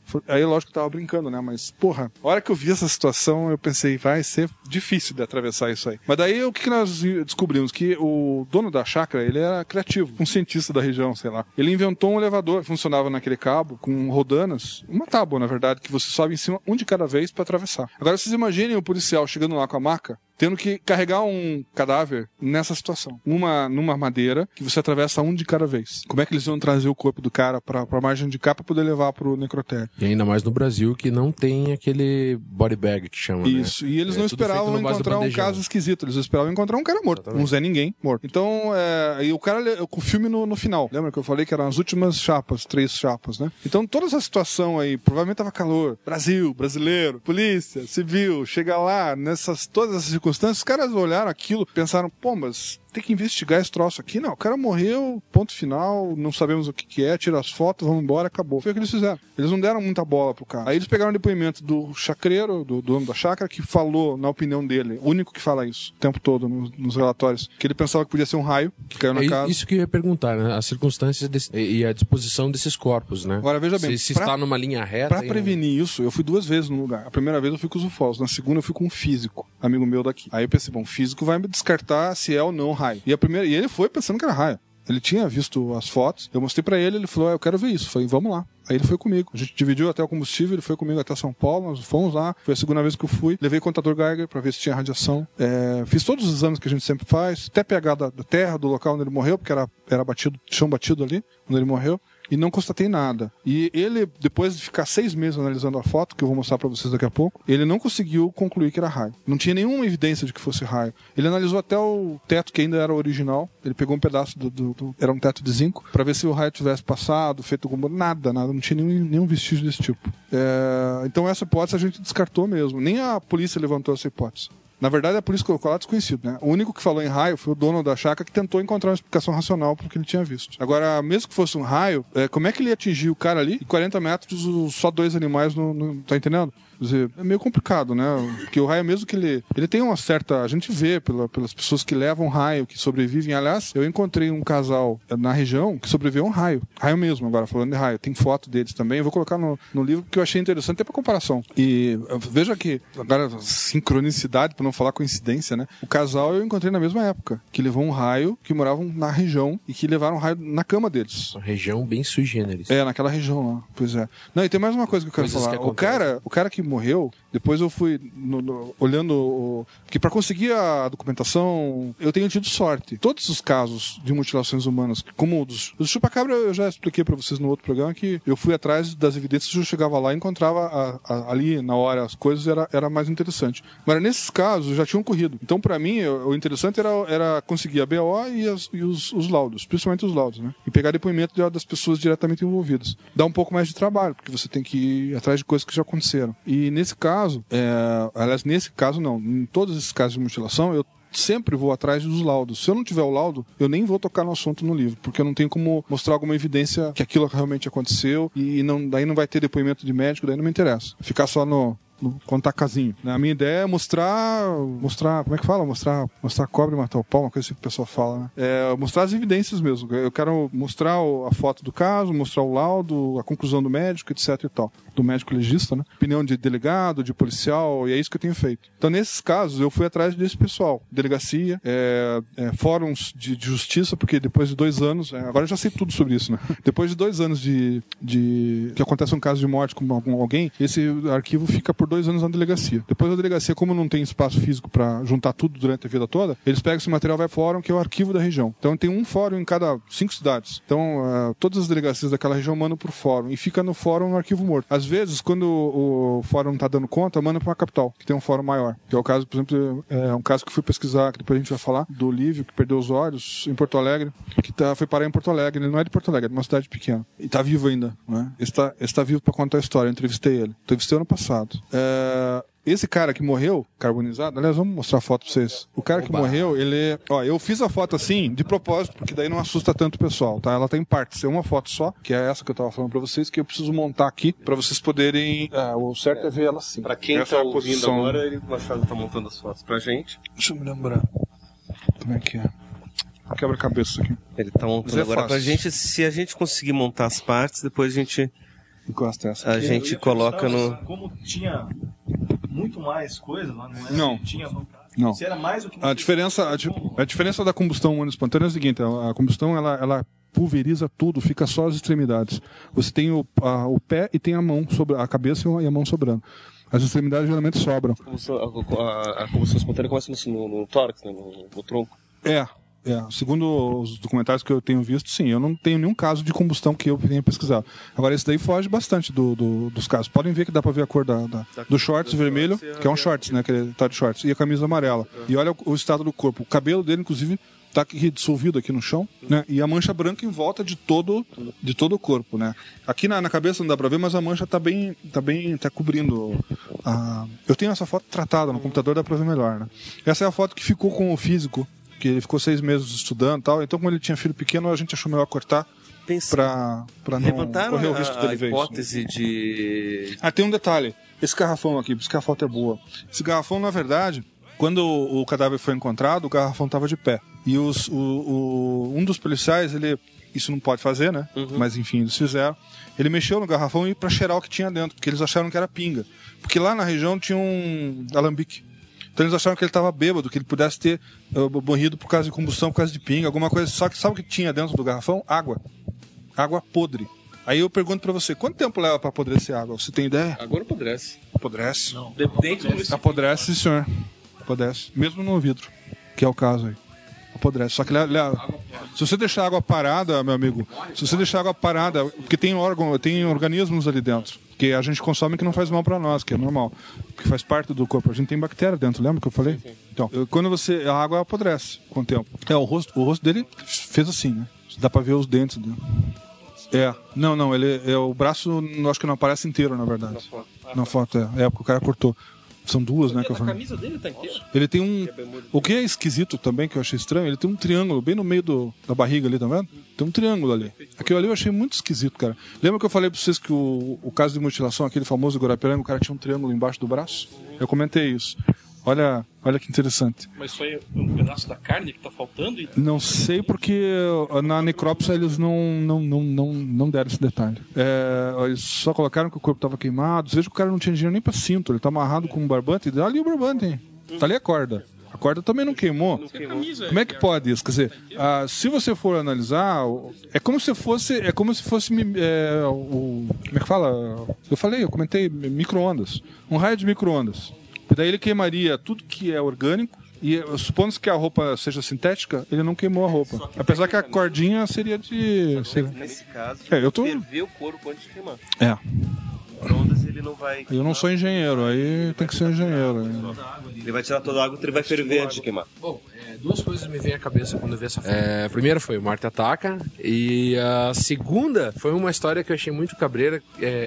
Aí, lógico que eu tava brincando, né? Mas, porra, a hora que eu vi essa situação, eu pensei, vai ser difícil de atravessar isso aí. Mas daí, o que, que nós descobrimos? Que o dono da chácara, ele era criativo, um cientista da região, sei lá. Ele inventou um elevador, funcionava naquele cabo, com rodanas, uma tábua, na verdade, que você sobe em cima um de cada vez pra atravessar. Agora, vocês imaginem o policial chegando lá com a maca, tendo que carregar um cadáver nessa situação. Numa, numa madeira, que você atravessa um de cada vez. Como é que eles iam trazer o corpo do cara pra, pra margem de cá pra poder levar pro necrotério? E ainda mais no Brasil, que não tem aquele body bag que chama, Isso, né? e eles é não esperavam encontrar um caso esquisito, eles esperavam encontrar um cara morto, Exatamente. um Zé Ninguém morto. Então, é, e o cara, o filme no, no final, lembra que eu falei que eram as últimas chapas, três chapas, né? Então, toda essa situação aí, provavelmente tava calor, Brasil, brasileiro, polícia, civil, chega lá, nessas, todas essas circunstâncias, os caras olharam aquilo, pensaram, pô, mas tem que investigar esse troço aqui. Não, o cara morreu, ponto final, não sabemos o que que é, tira as fotos, vamos embora, acabou. Foi o que eles fizeram. Eles não deram muita bola pro cara. Aí eles pegaram o depoimento do chacreiro, do dono da chácara, que falou, na opinião dele, o único que fala isso o tempo todo nos, nos relatórios, que ele pensava que podia ser um raio que caiu na é casa. Isso que eu ia perguntar, né? As circunstâncias desse, e a disposição desses corpos, né? Agora, veja bem. Se, se pra, está numa linha reta... Pra prevenir isso, eu fui duas vezes no lugar. A primeira vez eu fui com os ufólogos, na segunda eu fui com um físico, amigo meu daqui. Aí eu pensei, bom, o físico vai me descartar se é ou não raio. E a primeira... E ele foi pensando que era raio. Ele tinha visto as fotos, eu mostrei pra ele, ele falou, ah, eu quero ver isso. Eu falei, vamos lá. Aí ele foi comigo. A gente dividiu até o combustível, ele foi comigo até São Paulo, nós fomos lá. Foi a segunda vez que eu fui. Levei contador Geiger pra ver se tinha radiação. É, fiz todos os exames que a gente sempre faz, até pegar da, da terra, do local onde ele morreu, porque era, era batido, chão batido ali, onde ele morreu. E não constatei nada. E ele, depois de ficar seis meses analisando a foto, que eu vou mostrar pra vocês daqui a pouco, ele não conseguiu concluir que era raio. Não tinha nenhuma evidência de que fosse raio. Ele analisou até o teto, que ainda era original. Ele pegou um pedaço do... do, do era um teto de zinco, pra ver se o raio tivesse passado, feito algum... Nada, nada. Não tinha nenhum, nenhum vestígio desse tipo. É, então essa hipótese a gente descartou mesmo. Nem a polícia levantou essa hipótese. Na verdade, a polícia colocou lá desconhecido, né? O único que falou em raio foi o dono da chácara, que tentou encontrar uma explicação racional pro que ele tinha visto. Agora, mesmo que fosse um raio, é, como é que ele ia atingir o cara ali? E quarenta metros, só dois animais no... no tá entendendo? Quer dizer, é meio complicado, né? Porque o raio, mesmo que ele... Ele tem uma certa... A gente vê pela, pelas pessoas que levam raio, que sobrevivem. Aliás, eu encontrei um casal na região que sobreviveu a um raio. Raio mesmo, agora, falando de raio. Tem foto deles também. Eu vou colocar no, no livro, porque eu achei interessante até pra comparação. E veja que, agora, sincronicidade, pra não falar coincidência, né? O casal eu encontrei na mesma época. Que levou um raio, que moravam na região e que levaram um raio na cama deles. Uma região bem sui generis. É, naquela região lá. Pois é. Não, e tem mais uma coisa que eu quero Coisas falar. que o cara, o cara que morreu, depois eu fui no, no, olhando o, que para conseguir a documentação eu tenho tido sorte. Todos os casos de mutilações humanas, como o dos, dos chupacabra, eu já expliquei para vocês no outro programa que eu fui atrás das evidências, eu chegava lá e encontrava a, a, ali na hora as coisas, era, era mais interessante. Mas nesses casos já tinham corrido. Então para mim o interessante era, era conseguir a B O e, as, e os, os laudos, principalmente os laudos, né? E pegar depoimento de, das pessoas diretamente envolvidas. Dá um pouco mais de trabalho, porque você tem que ir atrás de coisas que já aconteceram. E nesse caso, é, aliás, nesse caso não, em todos esses casos de mutilação, eu sempre vou atrás dos laudos. Se eu não tiver o laudo, eu nem vou tocar no assunto no livro, porque eu não tenho como mostrar alguma evidência que aquilo realmente aconteceu e não, daí não vai ter depoimento de médico, daí não me interessa. Ficar só no... contar casinho. A minha ideia é mostrar, mostrar, como é que fala? Mostrar, mostrar cobra e matar o pau, uma coisa assim que o pessoal fala, né? É, mostrar as evidências mesmo. Eu quero mostrar a foto do caso, mostrar o laudo, a conclusão do médico, etc e tal. Do médico legista, né? Opinião de delegado, de policial, e é isso que eu tenho feito. Então, nesses casos, eu fui atrás desse pessoal. Delegacia, é, é, fóruns de, de justiça, porque depois de dois anos, é, agora eu já sei tudo sobre isso, né? Depois de dois anos de, de que acontece um caso de morte com alguém, esse arquivo fica por dois anos na delegacia. Depois da delegacia, como não tem espaço físico para juntar tudo durante a vida toda, eles pegam esse material e vai para o fórum, que é o arquivo da região. Então tem um fórum em cada cinco cidades. Então uh, todas as delegacias daquela região mandam pro fórum e fica no fórum no arquivo morto. Às vezes, quando o, o fórum não tá dando conta, manda para uma capital, que tem um fórum maior. Que é o caso, por exemplo, é um caso que eu fui pesquisar, que depois a gente vai falar, do Olívio, que perdeu os olhos em Porto Alegre, que tá, foi parar em Porto Alegre. Ele não é de Porto Alegre, é de uma cidade pequena. E tá vivo ainda, né? Ele está, ele está vivo para contar a história. Eu entrevistei ele. Entrevistei ano passado. É... Esse cara que morreu, carbonizado, aliás, vamos mostrar a foto pra vocês. O cara que Oba. morreu, ele... Ó, eu fiz a foto assim, de propósito, porque daí não assusta tanto o pessoal, tá? Ela tá em partes, é uma foto só, que é essa que eu tava falando pra vocês, que eu preciso montar aqui, pra vocês poderem... É, o certo é ver ela assim. Pra quem essa tá é ouvindo posição... agora, ele, o Machado tá montando as fotos pra gente. Deixa eu me lembrar. Como é que é? Quebra-cabeça aqui. Ele tá montando é agora fácil. Pra gente. Se a gente conseguir montar as partes, depois a gente Encosta essa. A gente coloca no... Como tinha muito mais coisa lá, não era? Não. Tinha... Não. Se era mais o que... A diferença, a, di- a diferença da combustão humana espontânea é a seguinte: a, a combustão ela, ela pulveriza tudo, fica só as extremidades. Você tem o, a, o pé e tem a mão, sobre, a cabeça e a mão sobrando. As extremidades geralmente sobram. A combustão, a, a combustão espontânea começa no, no, no tórax, né? no, no tronco. É, é. Segundo os documentários que eu tenho visto, sim. Eu não tenho nenhum caso de combustão que eu tenha pesquisado. Agora, esse daí foge bastante do, do, dos casos. Podem ver que dá pra ver a cor da, da, do shorts vermelho, que é um shorts, né? Que ele tá de shorts. E a camisa amarela. E olha o, o estado do corpo. O cabelo dele, inclusive, tá aqui dissolvido aqui no chão, né? E a mancha branca em volta de todo, de todo o corpo, né? Aqui na, na cabeça não dá pra ver, mas a mancha tá bem, tá bem, tá cobrindo. A... Eu tenho essa foto tratada no computador, dá pra ver melhor, né? Essa é a foto que ficou com o físico, que ele ficou seis meses estudando e tal. Então, como ele tinha filho pequeno, a gente achou melhor cortar pra, pra não Levantaram correr o risco a, dele a ver hipótese isso. de... Ah, tem um detalhe. Esse garrafão aqui, por isso que a foto é boa. Esse garrafão, na verdade, quando o, o cadáver foi encontrado, o garrafão estava de pé. E os, o, o, um dos policiais, ele... Isso não pode fazer, né? Uhum. Mas enfim, eles fizeram. Ele mexeu no garrafão e para cheirar o que tinha dentro, porque eles acharam que era pinga. Porque lá na região tinha um alambique. Então eles acharam que ele estava bêbado, que ele pudesse ter uh, morrido por causa de combustão, por causa de pinga, alguma coisa. Só que sabe o que tinha dentro do garrafão? Água. Água podre. Aí eu pergunto pra você, quanto tempo leva pra apodrecer água? Você tem ideia? Agora apodrece. Apodrece? Não. Dentro do... Apodrece, sim, senhor. Apodrece. Mesmo no vidro, que é o caso aí. Apodrece. Só que ele, ele, se você deixar a água parada, meu amigo, se você deixar a água parada, porque tem órgão, tem organismos ali dentro, que a gente consome que não faz mal pra nós, que é normal, que faz parte do corpo. A gente tem bactéria dentro, lembra que eu falei? Sim, sim. Então, quando você, a água apodrece com o tempo. É, o rosto, o rosto dele fez assim, né? Dá pra ver os dentes dele. É, não, não, ele é o braço, acho que não aparece inteiro, na verdade. Na foto, ah, na foto é, é porque o cara cortou. São duas, né, que eu falei. A camisa dele tá inteira. Ele tem um... O que é esquisito também, que eu achei estranho, ele tem um triângulo bem no meio do, da barriga ali, tá vendo? Tem um triângulo ali. Aquilo ali eu achei muito esquisito, cara. Lembra que eu falei pra vocês que o, o caso de mutilação, aquele famoso Guarapiranga, o cara tinha um triângulo embaixo do braço? Eu comentei isso. Olha, olha que interessante. Mas isso aí é um pedaço da carne que tá faltando? E... Não sei porque na necrópsia eles não, não, não, não, não deram esse detalhe. É, eles só colocaram que o corpo estava queimado. Veja que o cara não tinha dinheiro nem para cinto. Ele tá amarrado com um barbante. Dá ali o barbante, hein? Tá ali a corda. A corda também não queimou. Não queimou. Como é que pode isso? Quer dizer, ah, se você for analisar, é como se fosse, é como se fosse é, o, como é que fala? Eu falei, eu comentei micro-ondas. Um raio de micro-ondas. E daí ele queimaria tudo que é orgânico. E supondo que a roupa seja sintética, ele não queimou a roupa. Apesar que a cordinha seria de... Seria... Nesse caso, é, eu tô... ferver o corpo antes de queimar. É. Micro-ondas ele não vai... Eu não sou engenheiro, aí tem que ser engenheiro. Ele vai tirar toda a água e ele vai ferver antes de queimar. Bom, é, duas coisas me vêm à cabeça quando eu vi essa foto. É, a primeira foi o Marte Ataca, e a segunda foi uma história que eu achei muito cabreira,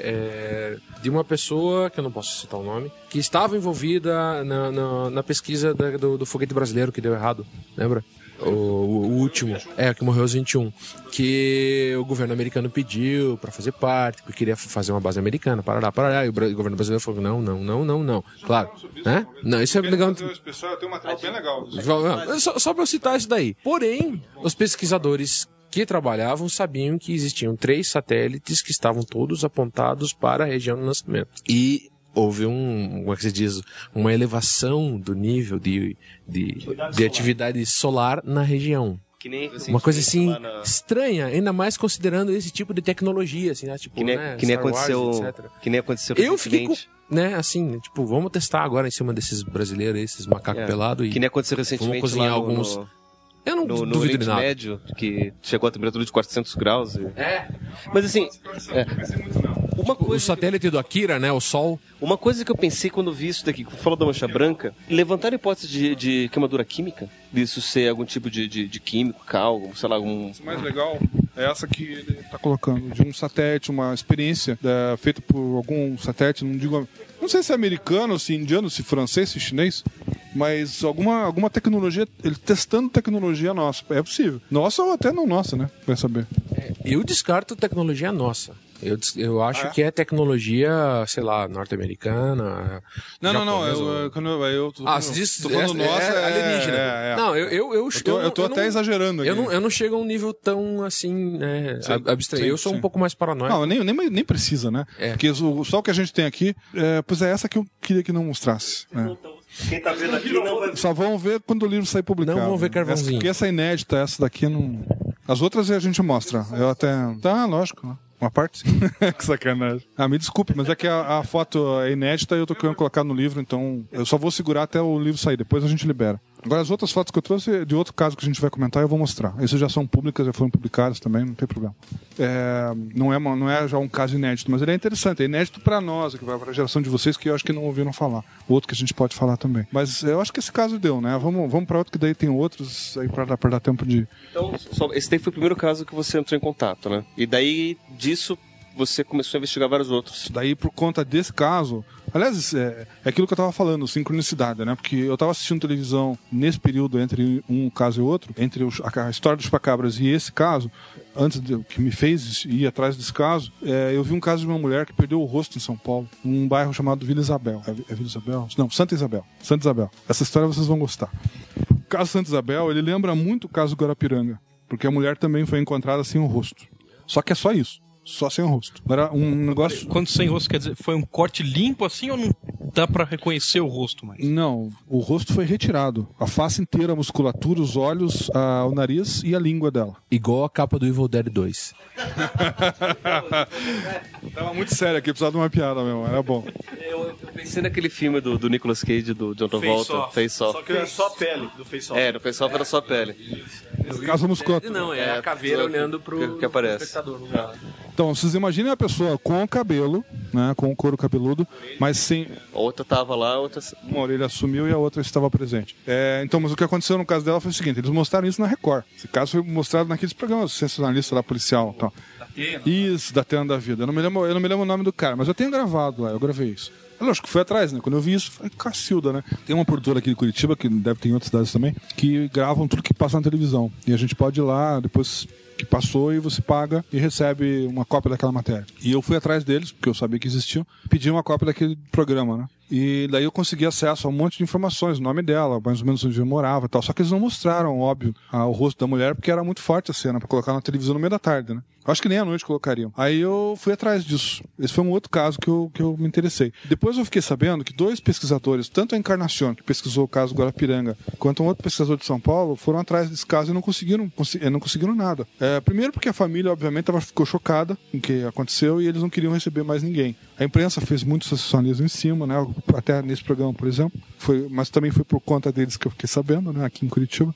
é, é, de uma pessoa, que eu não posso citar o nome, que estava envolvida na, na, na pesquisa da, do, do foguete brasileiro que deu errado, lembra? O, o, o último, é, que morreu aos vinte e um, que o governo americano pediu pra fazer parte, porque queria fazer uma base americana, parará, parará, e o, o governo brasileiro falou, não, não, não, não, não, claro, né? Não, isso é legal. Tem um material bem legal. Só, só pra eu citar isso daí. Porém, os pesquisadores que trabalhavam sabiam que existiam três satélites que estavam todos apontados para a região do lançamento. E houve um, como é que se diz, uma elevação do nível de, de, de atividade solar na região. Que nem, assim, uma coisa assim na... estranha, ainda mais considerando esse tipo de tecnologia, assim, né? Tipo, que nem, né? que nem Star aconteceu, Wars, etcétera. Que nem aconteceu Eu fiquei com, né, assim, tipo, vamos testar agora em cima desses brasileiros, esses macacos é, pelados. Que nem aconteceu recentemente vamos cozinhar lá no, alguns. No... Eu não no, no duvido Oriente de nada. Médio, que chegou a temperatura de quatrocentos graus. E... É. Mas assim, é. Uma coisa o satélite do Akira, né, o Sol. Uma coisa que eu pensei quando vi isso daqui, que falou da mancha branca, levantar a hipótese de, de queimadura química, disso ser algum tipo de, de, de químico, cal, sei lá, algum... O mais legal é essa que ele está colocando, de um satélite, uma experiência é, feita por algum satélite, não digo... Não sei se é americano, se indiano, se francês, se chinês, mas alguma, alguma tecnologia, ele testando tecnologia nossa. É possível. Nossa ou até não nossa, né? Vai saber. É, eu descarto tecnologia nossa. Eu, eu acho Ah, é? que é tecnologia, sei lá, norte-americana. Não, não, não. japonesa. Eu, eu, quando eu, eu tô, Ah, tô, se diz, tô falando é, nossa, é alienígena. É, é. Não, eu, eu, eu, Eu tô, eu tô eu até não, exagerando aqui. Eu não, eu não chego a um nível tão assim, né, Sim, ab- abstraído. sim, Eu sou sim. um pouco mais paranoico. Não, nem, nem, nem precisa, né? É. Porque o, só o que a gente tem aqui, é, pois é essa que eu queria que não mostrasse. Né? Quem tá vendo aqui não vai... Só vão ver quando o livro sair publicado. Não vão ver Essa, carvãozinho. porque essa é inédita, essa daqui não... As outras a gente mostra. Eu até... Tá, lógico, né? Uma parte sim. Que sacanagem. Ah, me desculpe, mas é que a, a foto é inédita e eu tô querendo colocar no livro, então eu só vou segurar até o livro sair, depois a gente libera. Agora, as outras fotos que eu trouxe de outro caso que a gente vai comentar, eu vou mostrar. Essas já são públicas, já foram publicadas também, não tem problema. É, não, é, uma- não é já um caso inédito, mas ele é interessante. É inédito para nós, que vai para a geração de vocês que eu acho que não ouviram falar. Outro que a gente pode falar também. Mas eu acho que esse caso deu, né? Vamos, vamos para outro que daí tem outros, aí para dar, pra dar tempo de... Então, só- esse daí foi o primeiro caso que você entrou em contato, né? E daí, disso, você começou a investigar vários outros. Daí, por conta desse caso... Aliás, é, é aquilo que eu tava falando, sincronicidade, né? Porque eu tava assistindo televisão nesse período entre um caso e outro, entre o, a, a história dos chupacabras e esse caso, antes de, que me fez ir atrás desse caso, é, eu vi um caso de uma mulher que perdeu o rosto em São Paulo, num bairro chamado Vila Isabel. É, é Vila Isabel? Não, Santa Isabel. Santa Isabel. Essa história vocês vão gostar. O caso Santa Isabel, ele lembra muito o caso do Guarapiranga, porque a mulher também foi encontrada sem o rosto. Só que é só isso. Só sem o rosto. Era um negócio... Quando sem rosto, quer dizer, foi um corte limpo assim ou não dá pra reconhecer o rosto mais? Não, o rosto foi retirado. A face inteira, a musculatura, os olhos, a, o nariz e a língua dela. Igual a capa do Evil Dead dois. Tava muito sério aqui, precisava de uma piada mesmo, era bom. Eu, eu pensei naquele filme do, do Nicolas Cage, do John Travolta, Face-Off. Face Off. Só que é só a pele do Face Off. É, no Face Off era só a pele. No caso, a musculatura. Não, é, a caveira olhando pro, que, que aparece. espectador. Então, vocês imaginem a pessoa com o cabelo, né, com o couro cabeludo, mas sem... A outra tava lá, a outra... Uma orelha sumiu e a outra estava presente. É, então, mas o que aconteceu no caso dela foi o seguinte, eles mostraram isso na Record. Esse caso foi mostrado naqueles programas sensacionalistas lá, policial e tal. Isso, da Tenda da Vida. Eu não, me lembro, eu não me lembro o nome do cara, mas eu tenho gravado lá, eu gravei isso. É lógico que fui atrás, né? Quando eu vi isso, foi cacilda, né? Tem uma produtora aqui de Curitiba, que deve ter em outras cidades também, que gravam tudo que passa na televisão. E a gente pode ir lá, depois que passou, e você paga e recebe uma cópia daquela matéria. E eu fui atrás deles, porque eu sabia que existiam, pedi uma cópia daquele programa, né? E daí eu consegui acesso a um monte de informações, o nome dela, mais ou menos onde eu morava e tal. Só que eles não mostraram, óbvio, a- o rosto da mulher, porque era muito forte a cena, pra colocar na televisão no meio da tarde, né? Acho que nem à noite colocariam. Aí eu fui atrás disso. Esse foi um outro caso que eu, que eu me interessei. Depois eu fiquei sabendo que dois pesquisadores, tanto a Encarnacion, que pesquisou o caso Guarapiranga, quanto um outro pesquisador de São Paulo, foram atrás desse caso e não conseguiram, consi- eh, não conseguiram nada. É, primeiro porque a família, obviamente, tava, ficou chocada com o que aconteceu e eles não queriam receber mais ninguém. A imprensa fez muito sensacionalismo em cima, né? Até nesse programa, por exemplo. Foi, mas também foi por conta deles que eu fiquei sabendo, né? Aqui em Curitiba.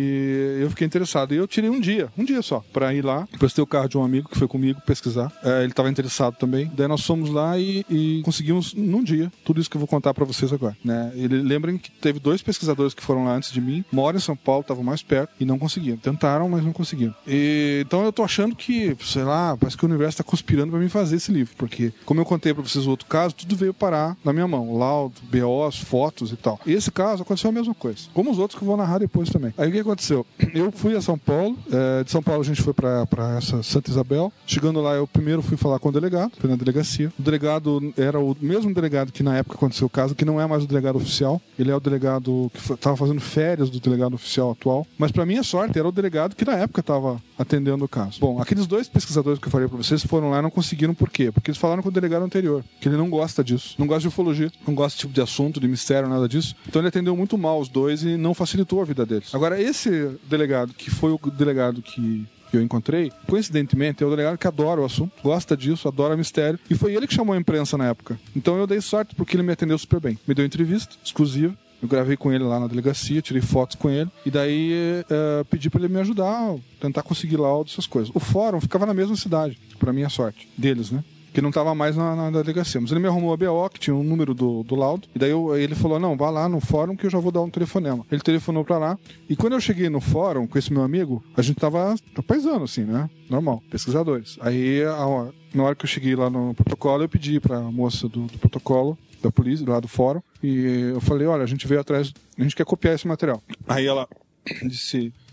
E eu fiquei interessado. E eu tirei um dia, um dia só, pra ir lá. Prestei o carro de um amigo que foi comigo pesquisar. É, ele estava interessado também. Daí nós fomos lá e, e conseguimos, num dia, tudo isso que eu vou contar pra vocês agora. Né? Ele, lembrem que teve dois pesquisadores que foram lá antes de mim, moram em São Paulo, estavam mais perto e não conseguiam. Tentaram, mas não conseguiam. E, então eu tô achando que, sei lá, parece que o universo tá conspirando pra mim fazer esse livro. Porque, como eu contei pra vocês o outro caso, tudo veio parar na minha mão. Laudo, B Os, fotos e tal. E esse caso aconteceu a mesma coisa. Como os outros que eu vou narrar depois também. Aí o que aconteceu? Eu fui a São Paulo, é, de São Paulo a gente foi pra, pra essa Santa Isabel. Chegando lá, eu primeiro fui falar com o delegado, fui na delegacia. O delegado era o mesmo delegado que na época aconteceu o caso, que não é mais o delegado oficial. Ele é o delegado que estava fazendo férias do delegado oficial atual. Mas pra minha sorte, era o delegado que na época estava atendendo o caso. Bom, aqueles dois pesquisadores que eu falei pra vocês foram lá e não conseguiram. Por quê? Porque eles falaram com o delegado anterior, que ele não gosta disso. Não gosta de ufologia, não gosta desse tipo de assunto, de mistério, nada disso. Então ele atendeu muito mal os dois e não facilitou a vida deles. Agora, esse delegado, que foi o delegado que que eu encontrei, coincidentemente, é o delegado que adora o assunto, gosta disso, adora mistério, e foi ele que chamou a imprensa na época. Então eu dei sorte porque ele me atendeu super bem. Me deu entrevista exclusiva, eu gravei com ele lá na delegacia, tirei fotos com ele, e daí é, pedi pra ele me ajudar, tentar conseguir laudo, essas coisas. O fórum ficava na mesma cidade, pra minha sorte, deles, né? Que não estava mais na, na delegacia. Mas ele me arrumou a B O, que tinha um número do, do laudo. E daí eu, ele falou, não, vá lá no fórum que eu já vou dar um telefonema. Ele telefonou pra lá. E quando eu cheguei no fórum com esse meu amigo, a gente tava paisando, assim, né? Normal, pesquisadores. Aí, a, na hora que eu cheguei lá no protocolo, eu pedi pra moça do, do protocolo, da polícia, lá do fórum, e eu falei, olha, a gente veio atrás, a gente quer copiar esse material. Aí ela disse...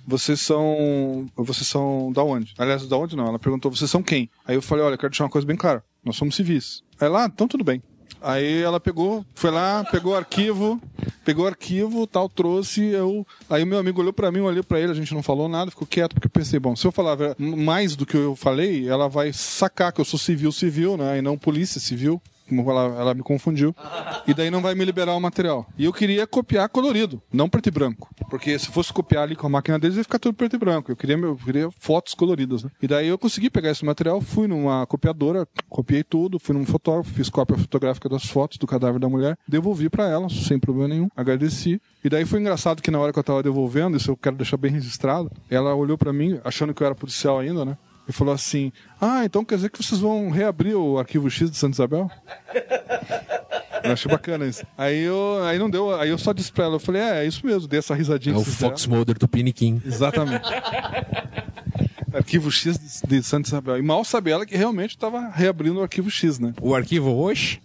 vocês são... Vocês são da onde? Aliás, da onde não? Ela perguntou, vocês são quem? Aí eu falei, olha, eu quero deixar uma coisa bem clara. Nós somos civis. Aí lá, então tudo bem. Aí ela pegou, foi lá, pegou o arquivo, pegou o arquivo, tal, trouxe, eu... Aí o meu amigo olhou pra mim, eu olhei pra ele, a gente não falou nada, ficou quieto, porque eu pensei, bom, se eu falar mais do que eu falei, ela vai sacar que eu sou civil, civil, né, e não polícia civil. Ela, ela me confundiu. E daí não vai me liberar o material. E eu queria copiar colorido, não preto e branco. Porque se fosse copiar ali com a máquina deles, ia ficar tudo preto e branco. Eu queria, eu queria fotos coloridas, né? E daí eu consegui pegar esse material, fui numa copiadora, copiei tudo, fui num fotógrafo, fiz cópia fotográfica das fotos do cadáver da mulher, devolvi pra ela, sem problema nenhum, agradeci. E daí foi engraçado que na hora que eu tava devolvendo, isso eu quero deixar bem registrado, ela olhou pra mim, achando que eu era policial ainda, né? E falou assim, ah, então quer dizer que vocês vão reabrir o arquivo X de Santa Isabel? Eu achei bacana isso. Aí, eu, aí não deu, aí eu só disse pra ela, eu falei, é, é isso mesmo, dei essa risadinha. É o Fox Mulder do Piniquim. Exatamente. Arquivo X de, de Santa Isabel. E mal sabe ela que realmente estava reabrindo o arquivo X, né? O arquivo hoje?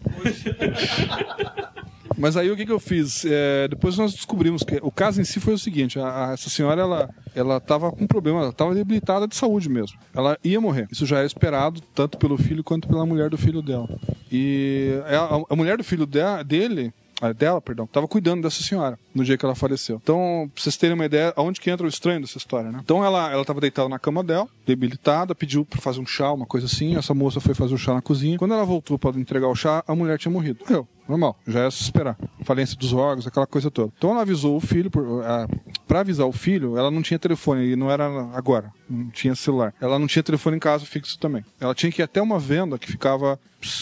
Mas aí o que, que eu fiz? É, depois nós descobrimos que o caso em si foi o seguinte, a, a, essa senhora, ela ela estava com problema, ela estava debilitada de saúde mesmo. Ela ia morrer. Isso já era esperado, tanto pelo filho quanto pela mulher do filho dela. E a, a mulher do filho de, dele... dela, perdão, estava cuidando dessa senhora no dia que ela faleceu. Então, pra vocês terem uma ideia, aonde que entra o estranho dessa história, né? Então, ela ela estava deitada na cama dela, debilitada, pediu para fazer um chá, uma coisa assim. Essa moça foi fazer o chá na cozinha. Quando ela voltou para entregar o chá, a mulher tinha morrido. Morreu, normal, já ia se esperar. Falência dos órgãos, aquela coisa toda. Então, ela avisou o filho, para avisar o filho, ela não tinha telefone, e não era agora, não tinha celular. Ela não tinha telefone em casa fixo também. Ela tinha que ir até uma venda que ficava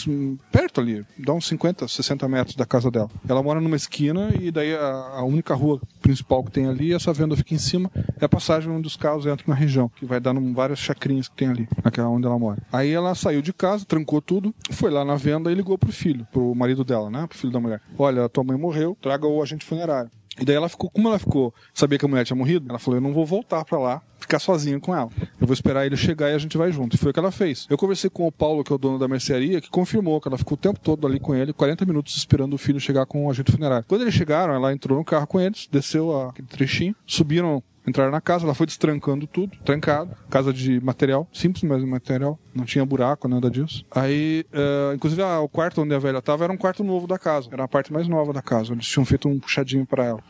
perto ali, dá uns cinquenta, sessenta metros da casa dela. Ela mora numa esquina e daí a, a única rua principal que tem ali, essa venda fica em cima, é a passagem onde os carros entram na região, que vai dar em várias chacrinhas que tem ali, naquela onde ela mora. Aí ela saiu de casa, trancou tudo, foi lá na venda e ligou pro filho, pro marido dela, né, pro filho da mulher. Olha, tua mãe morreu, traga o agente funerário. E daí ela ficou, como ela ficou, sabia que a mulher tinha morrido, ela falou, eu não vou voltar pra lá, ficar sozinha com ela. Eu vou esperar ele chegar e a gente vai junto. E foi o que ela fez. Eu conversei com o Paulo, que é o dono da mercearia, que confirmou que ela ficou o tempo todo ali com ele, quarenta minutos esperando o filho chegar com o agente funerário. Quando eles chegaram, ela entrou no carro com eles, desceu aquele trechinho, subiram, entraram na casa, ela foi destrancando tudo, trancado, casa de material, simples, mas material, não tinha buraco, nada disso. Aí, uh, inclusive, ah, o quarto onde a velha estava era um quarto novo da casa, era a parte mais nova da casa, eles tinham feito um puxadinho para ela.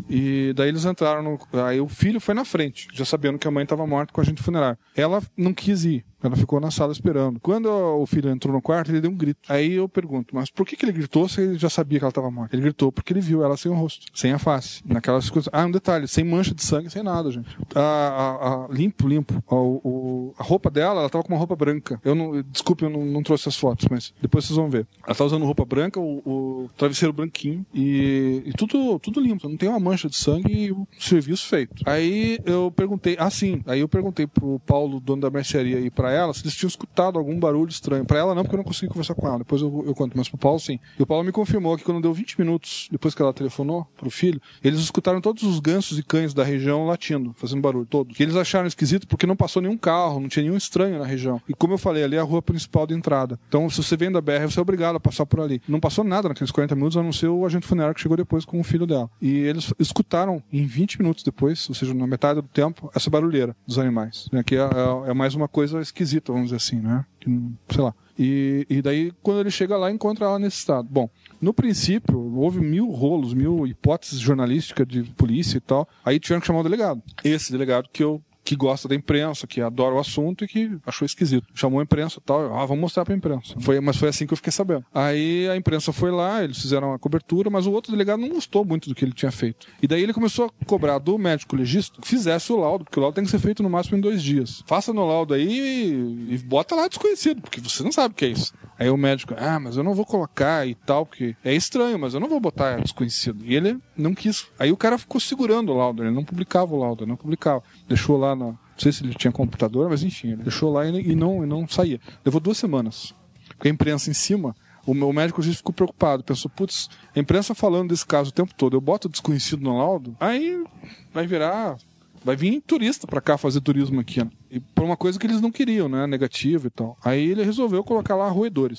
E daí eles entraram, no, aí o filho foi na frente, já sabendo que a mãe estava morta com a agente funerário. Ela não quis ir. Ela ficou na sala esperando. Quando o filho entrou no quarto, ele deu um grito. Aí eu pergunto, mas por que, que ele gritou se ele já sabia que ela estava morta? Ele gritou porque ele viu ela sem o rosto, sem a face. Naquelas coisas. Ah, um detalhe, sem mancha de sangue, sem nada, gente. A, a, a, limpo, limpo. A, o, a roupa dela, ela estava com uma roupa branca. Eu não, desculpe, eu não, não trouxe as fotos, mas depois vocês vão ver. Ela estava usando roupa branca, o, o travesseiro branquinho e, e tudo, tudo limpo. Não tem uma mancha de sangue e o serviço feito. Aí eu perguntei, ah, sim. Aí eu perguntei pro Paulo, dono da mercearia, e pra ela, se eles tinham escutado algum barulho estranho. Pra ela não, porque eu não consegui conversar com ela. Depois eu, eu conto, mas pro Paulo sim. E o Paulo me confirmou que quando deu vinte minutos depois que ela telefonou pro filho, eles escutaram todos os gansos e cães da região latindo, fazendo barulho, todos. Que eles acharam esquisito porque não passou nenhum carro, não tinha nenhum estranho na região. E como eu falei, ali é a rua principal de entrada. Então, se você vem da B R, você é obrigado a passar por ali. Não passou nada naqueles quarenta minutos, a não ser o agente funerário que chegou depois com o filho dela. E eles escutaram em vinte minutos depois, ou seja, na metade do tempo, essa barulheira dos animais. Que é, é, é mais uma coisa esquisita, vamos dizer assim, né? Que, sei lá. E, e daí, quando ele chega lá, encontra ela nesse estado. Bom, no princípio, houve mil rolos, mil hipóteses jornalísticas de polícia e tal. Aí tiveram que chamar o delegado. Esse delegado que eu que gosta da imprensa, que adora o assunto e que achou esquisito. Chamou a imprensa e tal, ah, vamos mostrar pra imprensa. Foi, mas foi assim que eu fiquei sabendo. Aí a imprensa foi lá, eles fizeram a cobertura, mas o outro delegado não gostou muito do que ele tinha feito. E daí ele começou a cobrar do médico legista que fizesse o laudo, porque o laudo tem que ser feito no máximo em dois dias. Faça no laudo aí e, e bota lá desconhecido, porque você não sabe o que é isso. Aí o médico, ah, mas eu não vou colocar e tal, porque é estranho, mas eu não vou botar desconhecido. E ele não quis. Aí o cara ficou segurando o laudo, ele não publicava o laudo, ele não publicava. Deixou lá na... Não sei se ele tinha computador, mas enfim, ele deixou lá e, e, não, e não saía. Levou duas semanas. Porque a imprensa em cima, o meu médico já ficou preocupado. Pensou, putz, a imprensa falando desse caso o tempo todo, eu boto desconhecido no laudo, aí vai virar... Vai vir turista pra cá fazer turismo aqui, né? E por uma coisa que eles não queriam, né? Negativo e tal. Aí ele resolveu colocar lá roedores.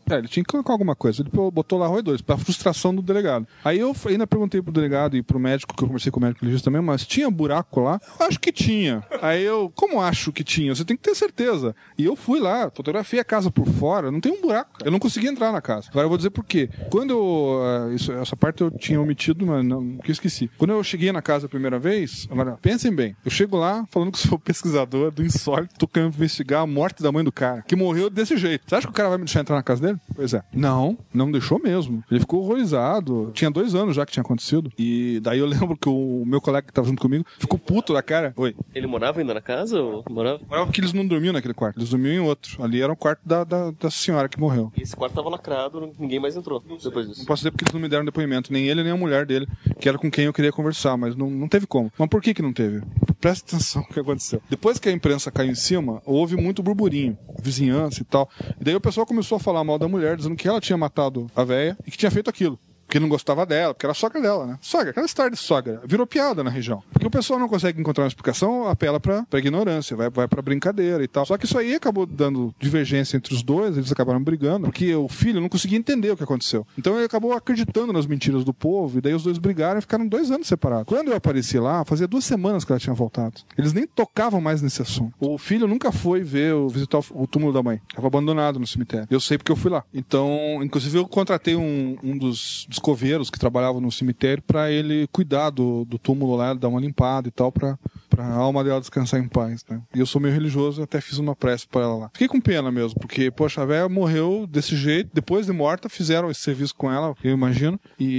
É, ele tinha que colocar alguma coisa. Ele botou lá roedores, pra frustração do delegado. Aí eu ainda perguntei pro delegado e pro médico, que eu conversei com o médico legista também, mas tinha buraco lá? Eu acho que tinha. Aí eu, como acho que tinha? Você tem que ter certeza. E eu fui lá, fotografei a casa por fora, não tem um buraco. Eu não consegui entrar na casa. Agora eu vou dizer por quê. Quando eu... Uh, isso, essa parte eu tinha omitido, mas não, que eu esqueci. Quando eu cheguei na casa a primeira vez, agora, pensem bem, eu chego lá falando que sou pesquisador do insólito, tô querendo investigar a morte da mãe do cara, que morreu desse jeito. Você acha que o cara vai me deixar entrar na casa dele? Pois é. Não, não deixou mesmo. Ele ficou horrorizado. Tinha dois anos já que tinha acontecido. E daí eu lembro que o meu colega que tava junto comigo ficou puto da cara. Oi. Ele morava ainda na casa ou morava? Morava porque eles não dormiam naquele quarto. Eles dormiam em outro. Ali era o quarto da, da, da senhora que morreu. E esse quarto tava lacrado, ninguém mais entrou depois disso. Não posso dizer porque eles não me deram depoimento. Nem ele, nem a mulher dele, que era com quem eu queria conversar. Mas não, não teve como. Mas por que que não teve? Presta atenção no que aconteceu. Depois que a imprensa caiu em cima, houve muito burburinho. Vizinhança e tal. E daí o pessoal começou a falar mal da mulher, dizendo que ela tinha matado a véia e que tinha feito aquilo. Porque não gostava dela, porque era a sogra dela, né? Sogra, aquela história de sogra. Virou piada na região. Porque o pessoal não consegue encontrar uma explicação, apela pra, pra ignorância, vai, vai pra brincadeira e tal. Só que isso aí acabou dando divergência entre os dois, eles acabaram brigando, porque o filho não conseguia entender o que aconteceu. Então ele acabou acreditando nas mentiras do povo, e daí os dois brigaram e ficaram dois anos separados. Quando eu apareci lá, fazia duas semanas que ela tinha voltado. Eles nem tocavam mais nesse assunto. O filho nunca foi ver, visitar o túmulo da mãe. Estava abandonado no cemitério. Eu sei porque eu fui lá. Então, inclusive eu contratei um, um dos, dos coveiros que trabalhavam no cemitério para ele cuidar do, do túmulo lá, dar uma limpada e tal, pra, pra alma dela descansar em paz, né? E eu sou meio religioso, até fiz uma prece pra ela lá. Fiquei com pena mesmo, porque, poxa, a véia morreu desse jeito, depois de morta, fizeram esse serviço com ela, eu imagino,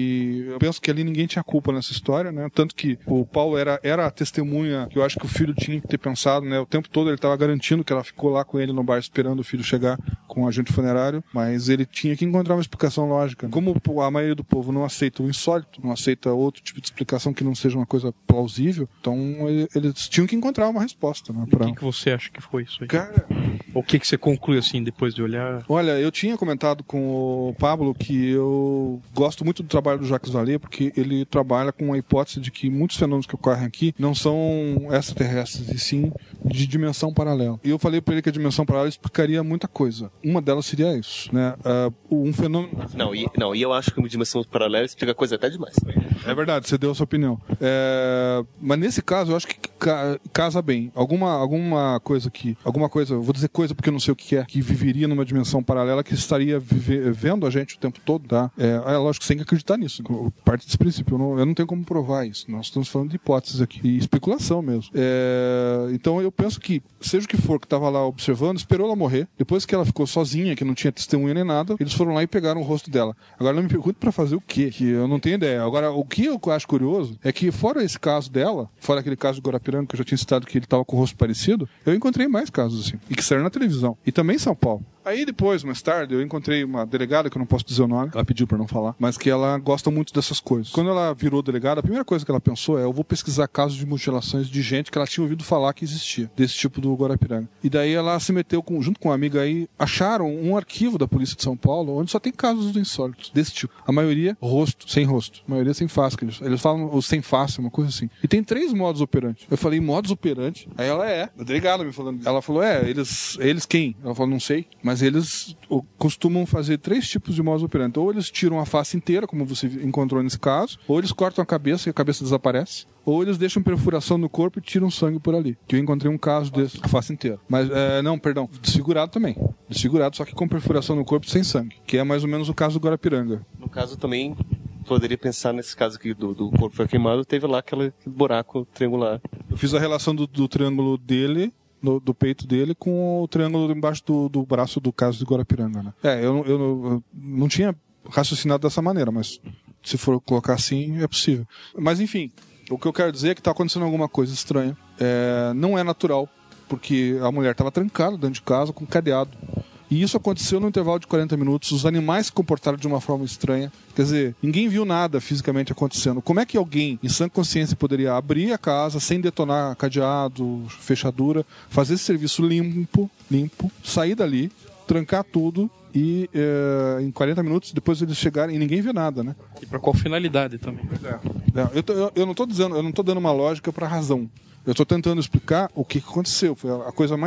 e eu penso que ali ninguém tinha culpa nessa história, né? Tanto que o Paulo era, era a testemunha que eu acho que o filho tinha que ter pensado, né? O tempo todo ele tava garantindo que ela ficou lá com ele no bar esperando o filho chegar com o agente funerário, mas ele tinha que encontrar uma explicação lógica. Como a maioria do povo não aceita o insólito, não aceita outro tipo de explicação que não seja uma coisa plausível, então eles tinham que encontrar uma resposta, né? Pra... O que, que você acha que foi isso aí? Cara... O que, que você conclui assim depois de olhar? Olha, eu tinha comentado com o Pablo que eu gosto muito do trabalho do Jacques Vallée, porque ele trabalha com a hipótese de que muitos fenômenos que ocorrem aqui não são extraterrestres, e sim de dimensão paralela. E eu falei para ele que a dimensão paralela explicaria muita coisa. Uma delas seria isso, né? Uh, um fenômeno... Não e, não, e eu acho que uma dimensão paralela explica coisa até demais. É verdade, você deu a sua opinião. É... Mas nesse caso, eu acho que ca... casa bem. Alguma, alguma coisa que... Alguma coisa, vou dizer coisa porque eu não sei o que é, que viveria numa dimensão paralela, que estaria vive... vendo a gente o tempo todo, tá? É, é lógico que você tem que acreditar nisso. Parte desse princípio. Eu não, eu não tenho como provar isso. Nós estamos falando de hipóteses aqui. E especulação mesmo. É... Então eu penso que, seja o que for que estava lá observando, esperou ela morrer. Depois que ela ficou sozinha, que não tinha testemunha nem nada, eles foram lá e pegaram o rosto dela. Agora não me pergunte pra fazer o quê, que eu não tenho ideia. Agora, o que eu acho curioso é que, fora esse caso dela, fora aquele caso de Guarapiranga, que eu já tinha citado que ele estava com o rosto parecido, eu encontrei mais casos assim. E que saíram na televisão. E também em São Paulo. Aí depois, mais tarde, eu encontrei uma delegada, que eu não posso dizer o nome, ela pediu pra não falar, mas que ela gosta muito dessas coisas. Quando ela virou delegada, a primeira coisa que ela pensou é: eu vou pesquisar casos de mutilações de gente que ela tinha ouvido falar que existia, desse tipo do Guarapiranga. E daí ela se meteu com, junto com uma amiga aí, acharam um arquivo da polícia de São Paulo, onde só tem casos do insólitos, desse tipo. A maioria, rosto, sem rosto. A maioria sem face. Eles, eles falam o sem face, uma coisa assim. E tem três modos operantes. Eu falei, modos operantes? Aí ela é, a delegada me falando. Ela falou, é, eles, eles quem? Ela falou, não sei, mas eles costumam fazer três tipos de modus operandi. Ou eles tiram a face inteira, como você encontrou nesse caso, ou eles cortam a cabeça e a cabeça desaparece, ou eles deixam perfuração no corpo e tiram sangue por ali. Que eu encontrei um caso desse, a face inteira. Mas, é, não, perdão, desfigurado também. Desfigurado, só que com perfuração no corpo sem sangue. Que é mais ou menos o caso do Guarapiranga. No caso também, poderia pensar nesse caso aqui do, do corpo foi queimado, teve lá aquele, aquele buraco triangular. Eu fiz a relação do, do triângulo dele... Do, do peito dele com o triângulo embaixo do, do braço do caso de Guarapiranga, né? É, eu, eu, eu não tinha raciocinado dessa maneira, mas se for colocar assim, é possível. Mas enfim, o que eu quero dizer é que está acontecendo alguma coisa estranha. É, não é natural, porque a mulher estava trancada dentro de casa com cadeado. E isso aconteceu no intervalo de quarenta minutos. Os animais se comportaram de uma forma estranha. Quer dizer, ninguém viu nada fisicamente acontecendo. Como é que alguém, em sã consciência, poderia abrir a casa sem detonar cadeado, fechadura, fazer esse serviço limpo, limpo, sair dali, trancar tudo e é, em quarenta minutos depois eles chegarem e ninguém vê nada, né? E para qual finalidade também? É. É, eu, tô, eu, eu não estou dizendo, eu não estou dando uma lógica para razão. Eu estou tentando explicar o que aconteceu. Foi a coisa mais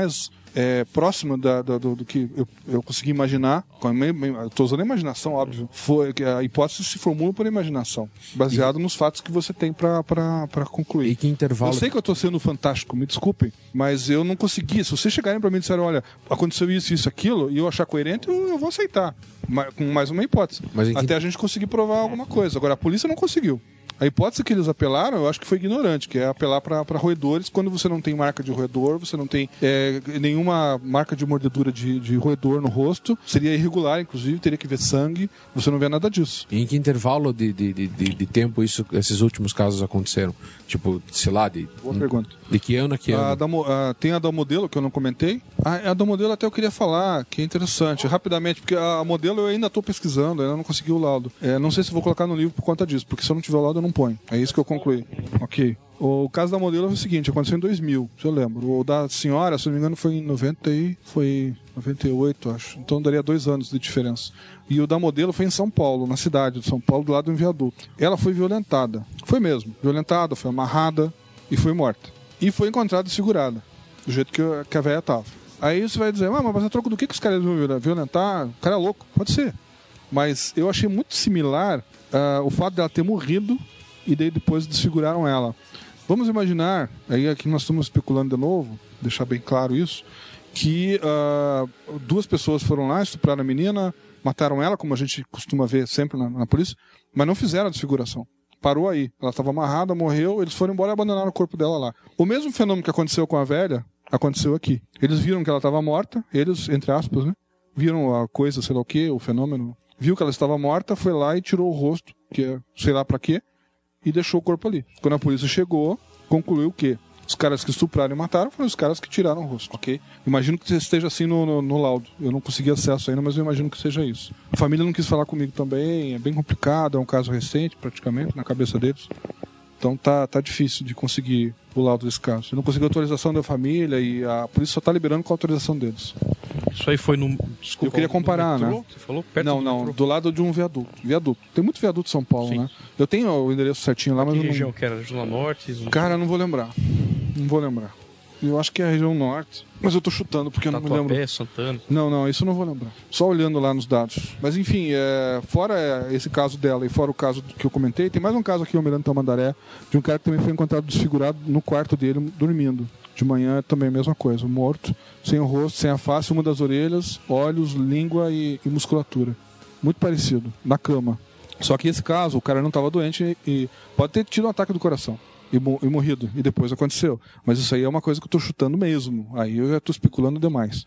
é, próxima da, da, do, do que eu, eu consegui imaginar, estou usando a imaginação, óbvio, foi que a hipótese se formula por imaginação, baseado e... nos fatos que você tem para concluir. E que intervalo... Eu sei que eu estou sendo fantástico, me desculpem, mas eu não consegui. Se vocês chegarem para mim e disserem, olha, aconteceu isso, isso, aquilo, e eu achar coerente, eu, eu vou aceitar, com mais uma hipótese, mas até que... a gente conseguir provar alguma coisa. Agora, a polícia não conseguiu. A hipótese que eles apelaram, eu acho que foi ignorante, que é apelar para roedores quando você não tem marca de roedor, você não tem é, nenhuma marca de mordedura de, de roedor no rosto, seria irregular, inclusive, teria que ver sangue, você não vê nada disso. E em que intervalo de, de, de, de tempo isso, esses últimos casos aconteceram? Tipo, sei lá, de... Boa um, pergunta. De que ano a que ano? A da, a, tem a da modelo, que eu não comentei. A, a da modelo até eu queria falar, que é interessante, rapidamente, porque a modelo eu ainda estou pesquisando, ainda não consegui o laudo. É, não sei se vou colocar no livro por conta disso, porque se eu não tiver o laudo eu não ponho. É isso que eu concluí. Ok. O caso da modelo é o seguinte, aconteceu em dois mil, se eu lembro. O da senhora, se não me engano, foi em noventa e... foi noventa e oito, acho. Então daria dois anos de diferença. E o da modelo foi em São Paulo, na cidade de São Paulo, do lado de um viaduto. Ela foi violentada. Foi mesmo. Violentada, foi amarrada e foi morta. E foi encontrada e segurada, do jeito que, que a velha estava. Aí você vai dizer, ah, mas a troco do que, que os caras vão violentar? O cara é louco. Pode ser. Mas eu achei muito similar uh, o fato dela ter morrido e daí depois desfiguraram ela. Vamos imaginar, aí aqui nós estamos especulando de novo, deixar bem claro isso, que uh, duas pessoas foram lá, estupraram a menina, mataram ela, como a gente costuma ver sempre na, na polícia, mas não fizeram a desfiguração. Parou aí. Ela estava amarrada, morreu, eles foram embora e abandonaram o corpo dela lá. O mesmo fenômeno que aconteceu com a velha, aconteceu aqui. Eles viram que ela estava morta, eles, entre aspas, né? Viram a coisa, sei lá o que, o fenômeno, viu que ela estava morta, foi lá e tirou o rosto, que é sei lá pra quê, e deixou o corpo ali. Quando a polícia chegou, concluiu que os caras que estupraram e mataram foram os caras que tiraram o rosto, ok? Imagino que esteja assim no, no, no laudo. Eu não consegui acesso ainda, mas eu imagino que seja isso. A família não quis falar comigo também, é bem complicado, é um caso recente, praticamente, na cabeça deles. Então tá, tá difícil de conseguir o laudo desse caso. Eu não consegui autorização da família e a polícia só tá liberando com a autorização deles. Isso aí foi no... Desculpa, eu queria comparar, metrô, né? Você falou? Perto não, do não, metrô? do lado de um viaduto. Viaduto. Tem muito viaduto em São Paulo, Sim. né? Eu tenho o endereço certinho lá, mas que eu não... região que era? Zona Norte? Zona... Cara, eu não vou lembrar. Não vou lembrar. Eu acho que é a região norte, mas eu tô chutando porque eu não me lembro. Tatuapé, Santana. Não, não, isso eu não vou lembrar. Só olhando lá nos dados. Mas enfim, é, fora esse caso dela e fora o caso que eu comentei, tem mais um caso aqui em Almirante Tamandaré, de um cara que também foi encontrado desfigurado no quarto dele, dormindo. De manhã também a mesma coisa, morto, sem o rosto, sem a face, uma das orelhas, olhos, língua e, e musculatura. Muito parecido, na cama. Só que esse caso, o cara não estava doente e, e pode ter tido um ataque do coração. E, e morrido, e depois aconteceu. Mas isso aí é uma coisa que eu estou chutando mesmo. Aí eu já estou especulando demais.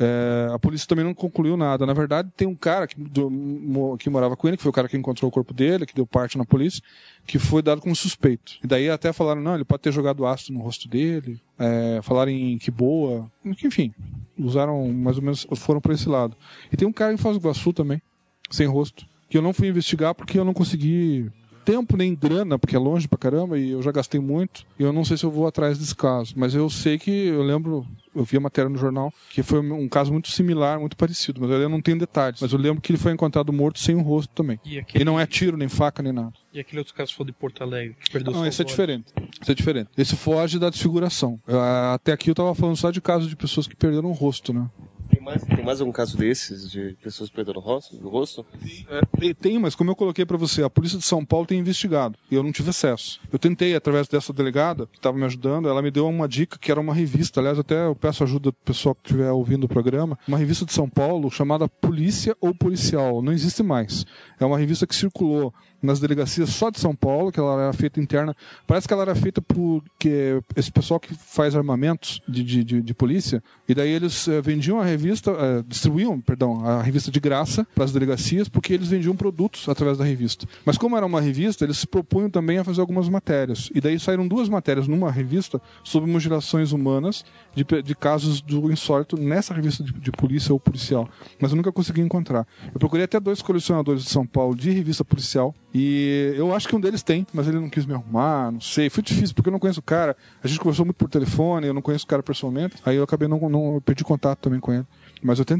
É, a polícia também não concluiu nada. Na verdade, tem um cara que, do, que morava com ele, que foi o cara que encontrou o corpo dele, que deu parte na polícia, que foi dado como suspeito. E daí até falaram, não, ele pode ter jogado ácido no rosto dele, é, falaram em que boa, enfim, usaram mais ou menos, foram para esse lado. E tem um cara em Foz do Iguaçu também, sem rosto, que eu não fui investigar porque eu não consegui tempo nem grana, porque é longe pra caramba e eu já gastei muito, e eu não sei se eu vou atrás desse caso, mas eu sei que, eu lembro, eu vi a matéria no jornal, que foi um caso muito similar, muito parecido, mas eu não tenho detalhes, mas eu lembro que ele foi encontrado morto sem um rosto também. E, aquele... e não é tiro, nem faca, nem nada. E aquele outro caso foi de Porto Alegre, que perdeu Não, sua esse é voz. diferente. Esse é diferente. Esse foge da desfiguração. Até aqui eu tava falando só de casos de pessoas que perderam o rosto, né? Tem mais, tem mais algum caso desses, de pessoas perdendo o rosto? Do rosto? É, tem, mas como eu coloquei pra você, a polícia de São Paulo tem investigado e eu não tive acesso. Eu tentei, através dessa delegada que estava me ajudando, ela me deu uma dica que era uma revista, aliás, até eu peço ajuda do pessoal que estiver ouvindo o programa, uma revista de São Paulo chamada Polícia ou Policial, não existe mais. É uma revista que circulou nas delegacias só de São Paulo, que ela era feita interna. Parece que ela era feita por que, esse pessoal que faz armamentos de, de, de, de polícia, e daí eles eh, vendiam a revista, eh, distribuíam, perdão, a revista de graça para as delegacias, porque eles vendiam produtos através da revista. Mas como era uma revista, eles se propunham também a fazer algumas matérias. E daí saíram duas matérias numa revista sobre mutilações humanas de, de casos do insólito nessa revista de, de polícia ou policial. Mas eu nunca consegui encontrar. Eu procurei até dois colecionadores de São Paulo de revista policial, e eu acho que um deles tem, mas ele não quis me arrumar, não sei. Foi difícil, porque eu não conheço o cara. A gente conversou muito por telefone, eu não conheço o cara pessoalmente. Aí eu acabei não, não eu perdi contato também com ele. Mas eu tentei.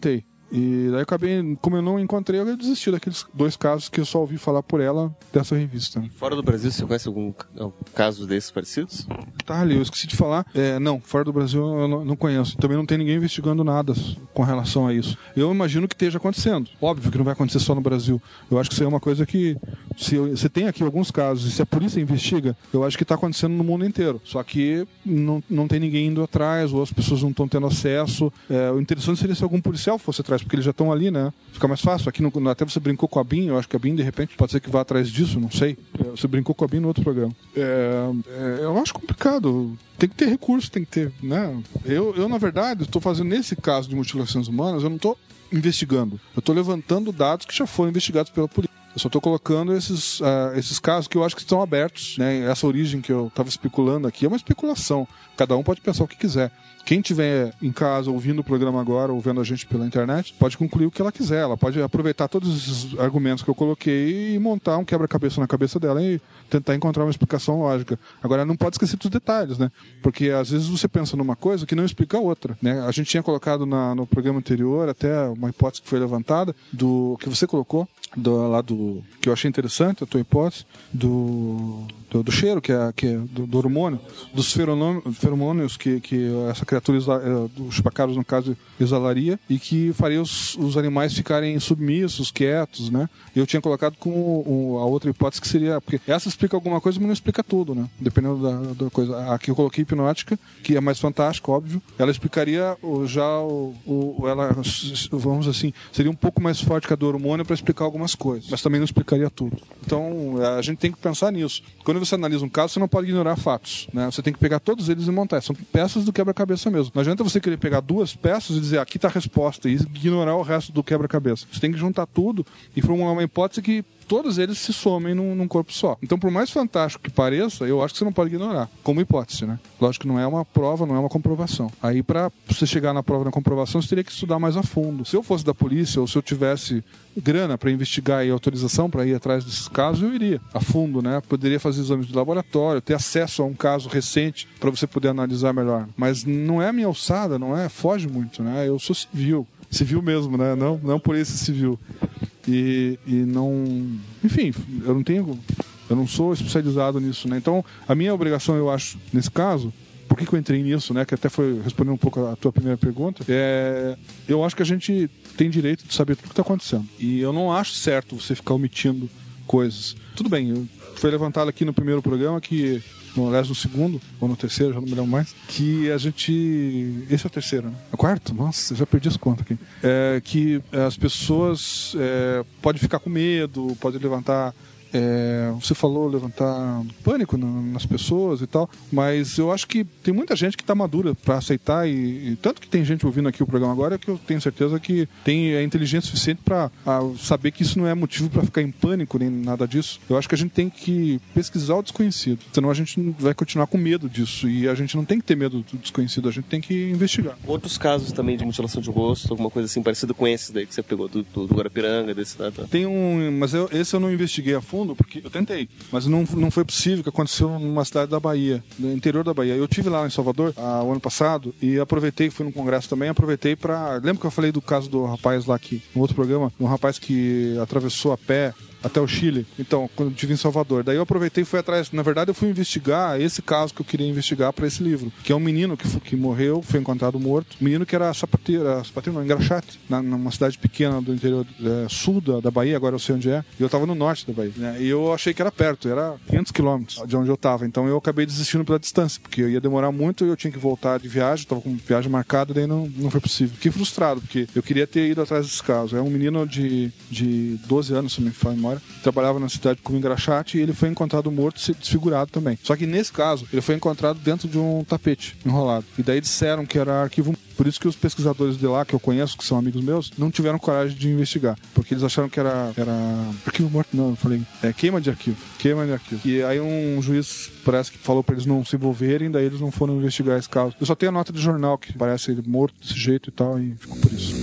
E daí eu acabei, como eu não encontrei, eu desisti daqueles dois casos que eu só ouvi falar por ela dessa revista. Fora do Brasil, você conhece algum caso desses parecidos? Tá, ali, eu esqueci de falar. É, não, fora do Brasil eu não, não conheço. Também não tem ninguém investigando nada com relação a isso. Eu imagino que esteja acontecendo. Óbvio que não vai acontecer só no Brasil. Eu acho que isso é uma coisa que, se você tem aqui alguns casos, e se a polícia investiga, eu acho que está acontecendo no mundo inteiro. Só que não, não tem ninguém indo atrás, ou as pessoas não estão tendo acesso. É, o interessante seria se algum policial fosse atrás, porque eles já estão ali, né? Fica mais fácil. Aqui no, até você brincou com a B I M, eu acho que a B I M, de repente, pode ser que vá atrás disso, não sei. É, você brincou com a B I M no outro programa. É, é, eu acho complicado. Tem que ter recurso, tem que ter, né? Eu, eu na verdade, estou fazendo, nesse caso de mutilações humanas, eu não estou investigando. Eu estou levantando dados que já foram investigados pela polícia. Eu só estou colocando esses, uh, esses casos que eu acho que estão abertos, né? Essa origem que eu estava especulando aqui é uma especulação. Cada um pode pensar o que quiser. Quem estiver em casa ouvindo o programa agora, ou vendo a gente pela internet, pode concluir o que ela quiser. Ela pode aproveitar todos esses argumentos que eu coloquei e montar um quebra-cabeça na cabeça dela e tentar encontrar uma explicação lógica. Agora, não pode esquecer dos detalhes, né? Porque às vezes você pensa numa coisa que não explica a outra, né? A gente tinha colocado na, no programa anterior até uma hipótese que foi levantada, do que você colocou, do, lá do que eu achei interessante, a tua hipótese, do, do, do cheiro, que é, que é do, do hormônio, dos feromônios que, que essa criatura, dos chupacabras, no caso, exalaria, e que faria os, os animais ficarem submissos, quietos, né? Eu tinha colocado como o, a outra hipótese que seria, porque essa explica alguma coisa, mas não explica tudo, né? Dependendo da, da coisa. A que eu coloquei hipnótica, que é mais fantástica, óbvio, ela explicaria o, já o, o, ela, vamos assim, seria um pouco mais forte que a do hormônio para explicar algumas coisas, mas também não explicaria tudo. Então, a gente tem que pensar nisso. Quando você analisa um caso, você não pode ignorar fatos, né? Você tem que pegar todos eles e montar. São peças do quebra-cabeça mesmo. Não adianta você querer pegar duas peças e dizer, aqui está a resposta, e ignorar o resto do quebra-cabeça. Você tem que juntar tudo e formular uma hipótese que todos eles se somem num, num corpo só. Então, por mais fantástico que pareça, eu acho que você não pode ignorar, como hipótese, né? Lógico que não é uma prova, não é uma comprovação. Aí, para você chegar na prova e na comprovação, você teria que estudar mais a fundo. Se eu fosse da polícia, ou se eu tivesse grana para investigar e autorização para ir atrás desses casos, eu iria a fundo, né? Poderia fazer exames de laboratório, ter acesso a um caso recente para você poder analisar melhor. Mas não é a minha alçada, não é? Foge muito, né? Eu sou civil. Civil mesmo, né? Não, não polícia civil. E, e não... Enfim, eu não tenho... Eu não sou especializado nisso, né? Então, a minha obrigação, eu acho, nesse caso... Por que, que eu entrei nisso, né? Que até foi respondendo um pouco a tua primeira pergunta. É, eu acho que a gente tem direito de saber tudo o que está acontecendo. E eu não acho certo você ficar omitindo coisas. Tudo bem, foi levantado aqui no primeiro programa que... No, aliás, no segundo, ou no terceiro, já não me lembro mais, que a gente... Esse é o terceiro, né? É o quarto? Nossa, já perdi as contas aqui. É, que as pessoas é, podem ficar com medo, podem levantar... É, você falou levantar pânico nas pessoas e tal, mas eu acho que tem muita gente que está madura para aceitar e, e tanto que tem gente ouvindo aqui o programa agora que eu tenho certeza que tem a inteligência suficiente para saber que isso não é motivo para ficar em pânico nem nada disso. Eu acho que a gente tem que pesquisar o desconhecido, senão a gente vai continuar com medo disso e a gente não tem que ter medo do desconhecido, a gente tem que investigar. Outros casos também de mutilação de rosto, alguma coisa assim parecida com esses daí que você pegou do, do, do Guarapiranga, desse tá, tá. Tem um, mas eu, esse eu não investiguei a fundo porque eu tentei, mas não, não foi possível, que aconteceu numa cidade da Bahia, no interior da Bahia. Eu tive lá em Salvador ah, o ano passado e aproveitei, fui num congresso também, aproveitei para... Lembra que eu falei do caso do rapaz lá aqui, no outro programa? Um rapaz que atravessou a pé até o Chile. Então, quando eu estive em Salvador. Daí eu aproveitei e fui atrás. Na verdade, eu fui investigar esse caso que eu queria investigar para esse livro. Que é um menino que, foi, que morreu, foi encontrado morto. Um menino que era sapateiro, sapateiro não, engraxate, na, numa cidade pequena do interior é, sul da, da Bahia, agora eu sei onde é. E eu estava no norte da Bahia. Né? E eu achei que era perto, era quinhentos quilômetros de onde eu estava. Então eu acabei desistindo pela distância, porque eu ia demorar muito e eu tinha que voltar de viagem, estava com viagem marcada, daí não, não foi possível. Fiquei frustrado, porque eu queria ter ido atrás desse caso. É um menino de, de doze anos, se não me fala a memória, trabalhava na cidade com engraxate e ele foi encontrado morto e desfigurado também. Só que nesse caso, ele foi encontrado dentro de um tapete enrolado. E daí disseram que era arquivo. Por isso que os pesquisadores de lá, que eu conheço, que são amigos meus, não tiveram coragem de investigar. Porque eles acharam que era, era arquivo morto. Não, eu falei, é queima de arquivo. Queima de arquivo. E aí um juiz parece que falou pra eles não se envolverem, daí eles não foram investigar esse caso. Eu só tenho a nota de jornal que parece ele morto desse jeito e tal, e ficou por isso.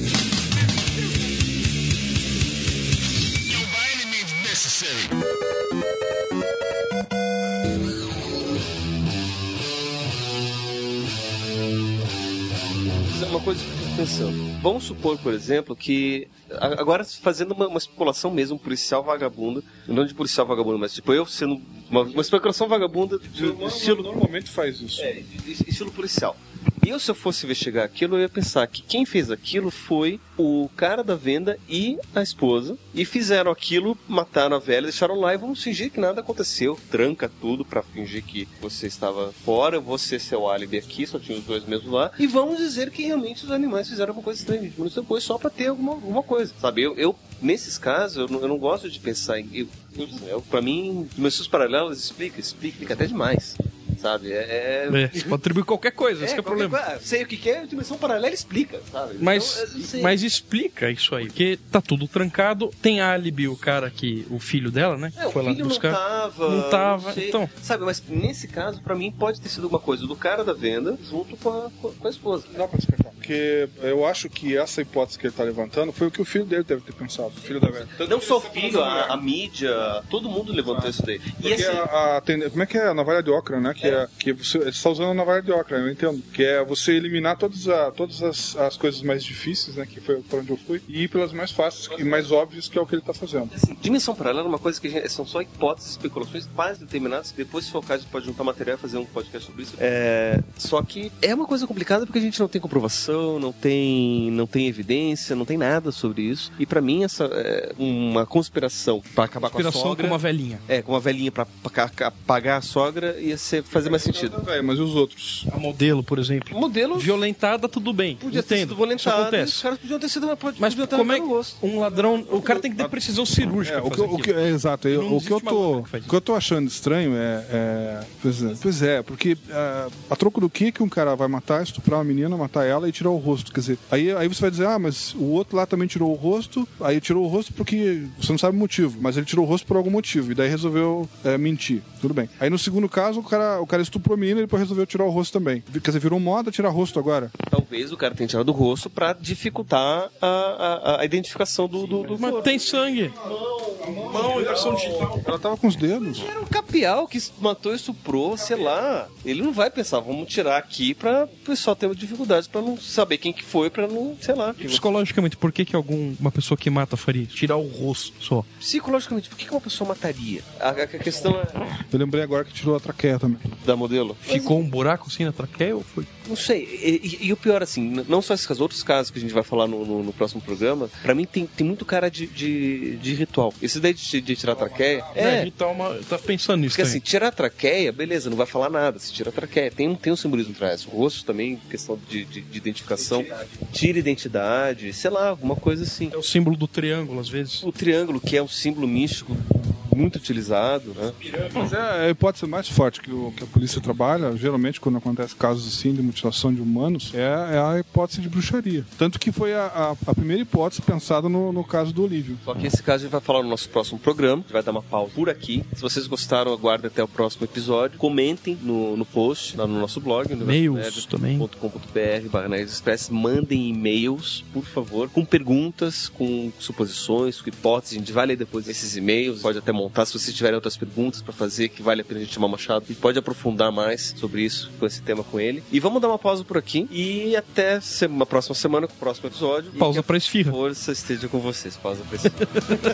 dizer uma coisa que eu fico pensando. Vamos supor, por exemplo, que... Agora, fazendo uma, uma especulação mesmo, um policial vagabundo, não de policial vagabundo, mas tipo, eu sendo uma, uma especulação vagabunda de, de estilo... Normalmente faz isso. É, de, de estilo policial. E eu, se eu fosse investigar aquilo, eu ia pensar que quem fez aquilo foi o cara da venda e a esposa. E fizeram aquilo, mataram a velha, deixaram lá e vamos fingir que nada aconteceu. Tranca tudo pra fingir que você estava fora, você seu álibi aqui, só tinha os dois mesmo lá. E vamos dizer que realmente os animais fizeram uma coisa estranha vinte minutos depois, só pra ter alguma, alguma coisa. Sabe, eu, eu nesses casos, eu não, eu não gosto de pensar em... Eu, eu, pra mim, dimensões paralelas explica, explica até demais. Sabe? É... é, você pode atribuir qualquer coisa, é, esse que é o problema. Coisa, sei o que é, a dimensão paralela explica, sabe? Mas, então, mas explica isso aí, porque tá tudo trancado, tem álibi o cara que, o filho dela, né? É, o foi lá filho buscar. não tava, não tava, não então. Sabe, mas nesse caso, pra mim, pode ter sido uma coisa do cara da venda junto com a, com a esposa. Dá pra descartar. Porque eu acho que essa hipótese que ele tá levantando foi o que o filho dele deve ter pensado, o filho da venda. Não só o filho, a, a mídia, todo mundo levantou ah. isso daí. Porque e assim, a, a, como é que é a navalha de ocra, né? Que é, é que você Você está usando a navalha de ocra, eu entendo. Que é você eliminar todas, a, todas as, as coisas mais difíceis, né? Que foi para onde eu fui, e ir pelas mais fáceis e mais óbvias, que é o que ele está fazendo. Assim, dimensão paralela é uma coisa que a gente, são só hipóteses, especulações quase determinadas. Depois, se for o caso, a gente pode juntar material e fazer um podcast sobre isso. É, só que é uma coisa complicada porque a gente não tem comprovação, não tem, não tem evidência, não tem nada sobre isso. E para mim, essa é uma conspiração para acabar com a sogra. Conspiração com uma velhinha. É, com uma velhinha para pagar a sogra ia ser, fazer mais sentido. É, mas e os outros? A modelo, por exemplo. Modelo... Violentada, tudo bem. Podia Entendo. ter sido violentada. Isso acontece. Os caras podiam ter sido... Pode, mas ter como é que um ladrão... O cara tem que ter precisão cirúrgica. É, o que, o que, é, exato. Eu, o, que eu tô, o que eu tô achando estranho é... é pois, é pois é, porque é, a troco do que que um cara vai matar, estuprar uma menina, matar ela e tirar o rosto? Quer dizer, aí, aí você vai dizer, ah, mas o outro lá também tirou o rosto, aí tirou o rosto porque você não sabe o motivo, mas ele tirou o rosto por algum motivo, e daí resolveu é, mentir. Tudo bem. Aí no segundo caso, o cara, o cara estuprou a menina e depois resolveu tirar o rosto também. Quer dizer, virou moda tirar rosto agora. Talvez o cara tenha tirado o rosto pra dificultar a, a, a identificação do, do, do Mas corpo. tem sangue. Mão, mão, impressão digital. Ela tava com os dedos. Era um capial que matou e estuprou, sei lá. Ele não vai pensar, vamos tirar aqui pra o pessoal ter dificuldades pra não saber quem que foi, pra não, sei lá. E psicologicamente, por que que algum, uma pessoa que mata faria? Tirar o rosto só. Psicologicamente, por que que uma pessoa mataria? A, a questão é... Eu lembrei agora que tirou a traqueia também. Da modelo? Ficou um buraco assim na traqueia ou foi? Não sei. E, e, e o pior, assim, não só esses casos, outros casos que a gente vai falar no, no, no próximo programa, pra mim tem, tem muito cara de, de, de ritual. Esse daí de, de tirar a traqueia... É, é ritual, uma, tá pensando nisso. Porque também. assim, tirar a traqueia, beleza, não vai falar nada. Se tira a traqueia, tem, tem um simbolismo atrás. O rosto também, questão de, de, de identificação. Identidade. Tira identidade, sei lá, alguma coisa assim. É o símbolo do triângulo, às vezes. O triângulo, que é um símbolo místico muito utilizado, né? Mas é a hipótese mais forte que, o, que a polícia trabalha, geralmente quando acontece casos assim de mutilação de humanos, é, é a hipótese de bruxaria. Tanto que foi a, a, a primeira hipótese pensada no, no caso do Olívio. Só que esse caso a gente vai falar no nosso próximo programa, a gente vai dar uma pausa por aqui. Se vocês gostaram, aguardem até o próximo episódio. Comentem no, no post, lá no nosso blog, e-mails também. ponto com ponto b r barra Nerd Express. Mandem e-mails, por favor, com perguntas, com suposições, com hipóteses. A gente vai ler depois esses e-mails, pode até montar. Se vocês tiverem outras perguntas para fazer, que vale a pena a gente chamar o Machado, a gente pode aprofundar mais sobre isso, com esse tema com ele. E vamos dar uma pausa por aqui e até uma próxima semana com o próximo episódio. Pausa pra esfirra. Força esteja com vocês. Pausa pra esfirra.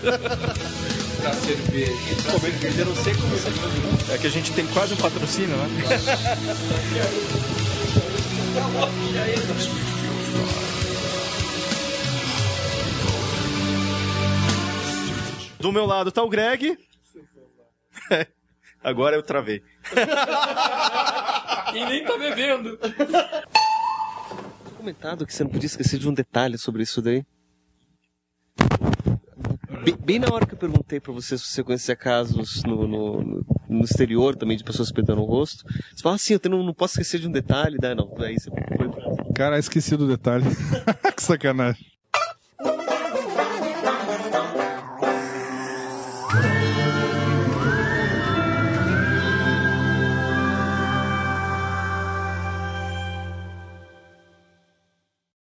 Pra cerveja. Eu não sei como você... É que a gente tem quase um patrocínio, né? Do meu lado tá o Greg. Agora eu travei. E nem tá bebendo. Comentado que você não podia esquecer de um detalhe sobre isso daí. Bem, bem na hora que eu perguntei pra você se você conhecia casos no, no, no exterior também de pessoas perdendo o rosto, você fala assim, eu não, não posso esquecer de um detalhe, daí não, daí você foi pra... Cara, esqueci do detalhe. Que sacanagem.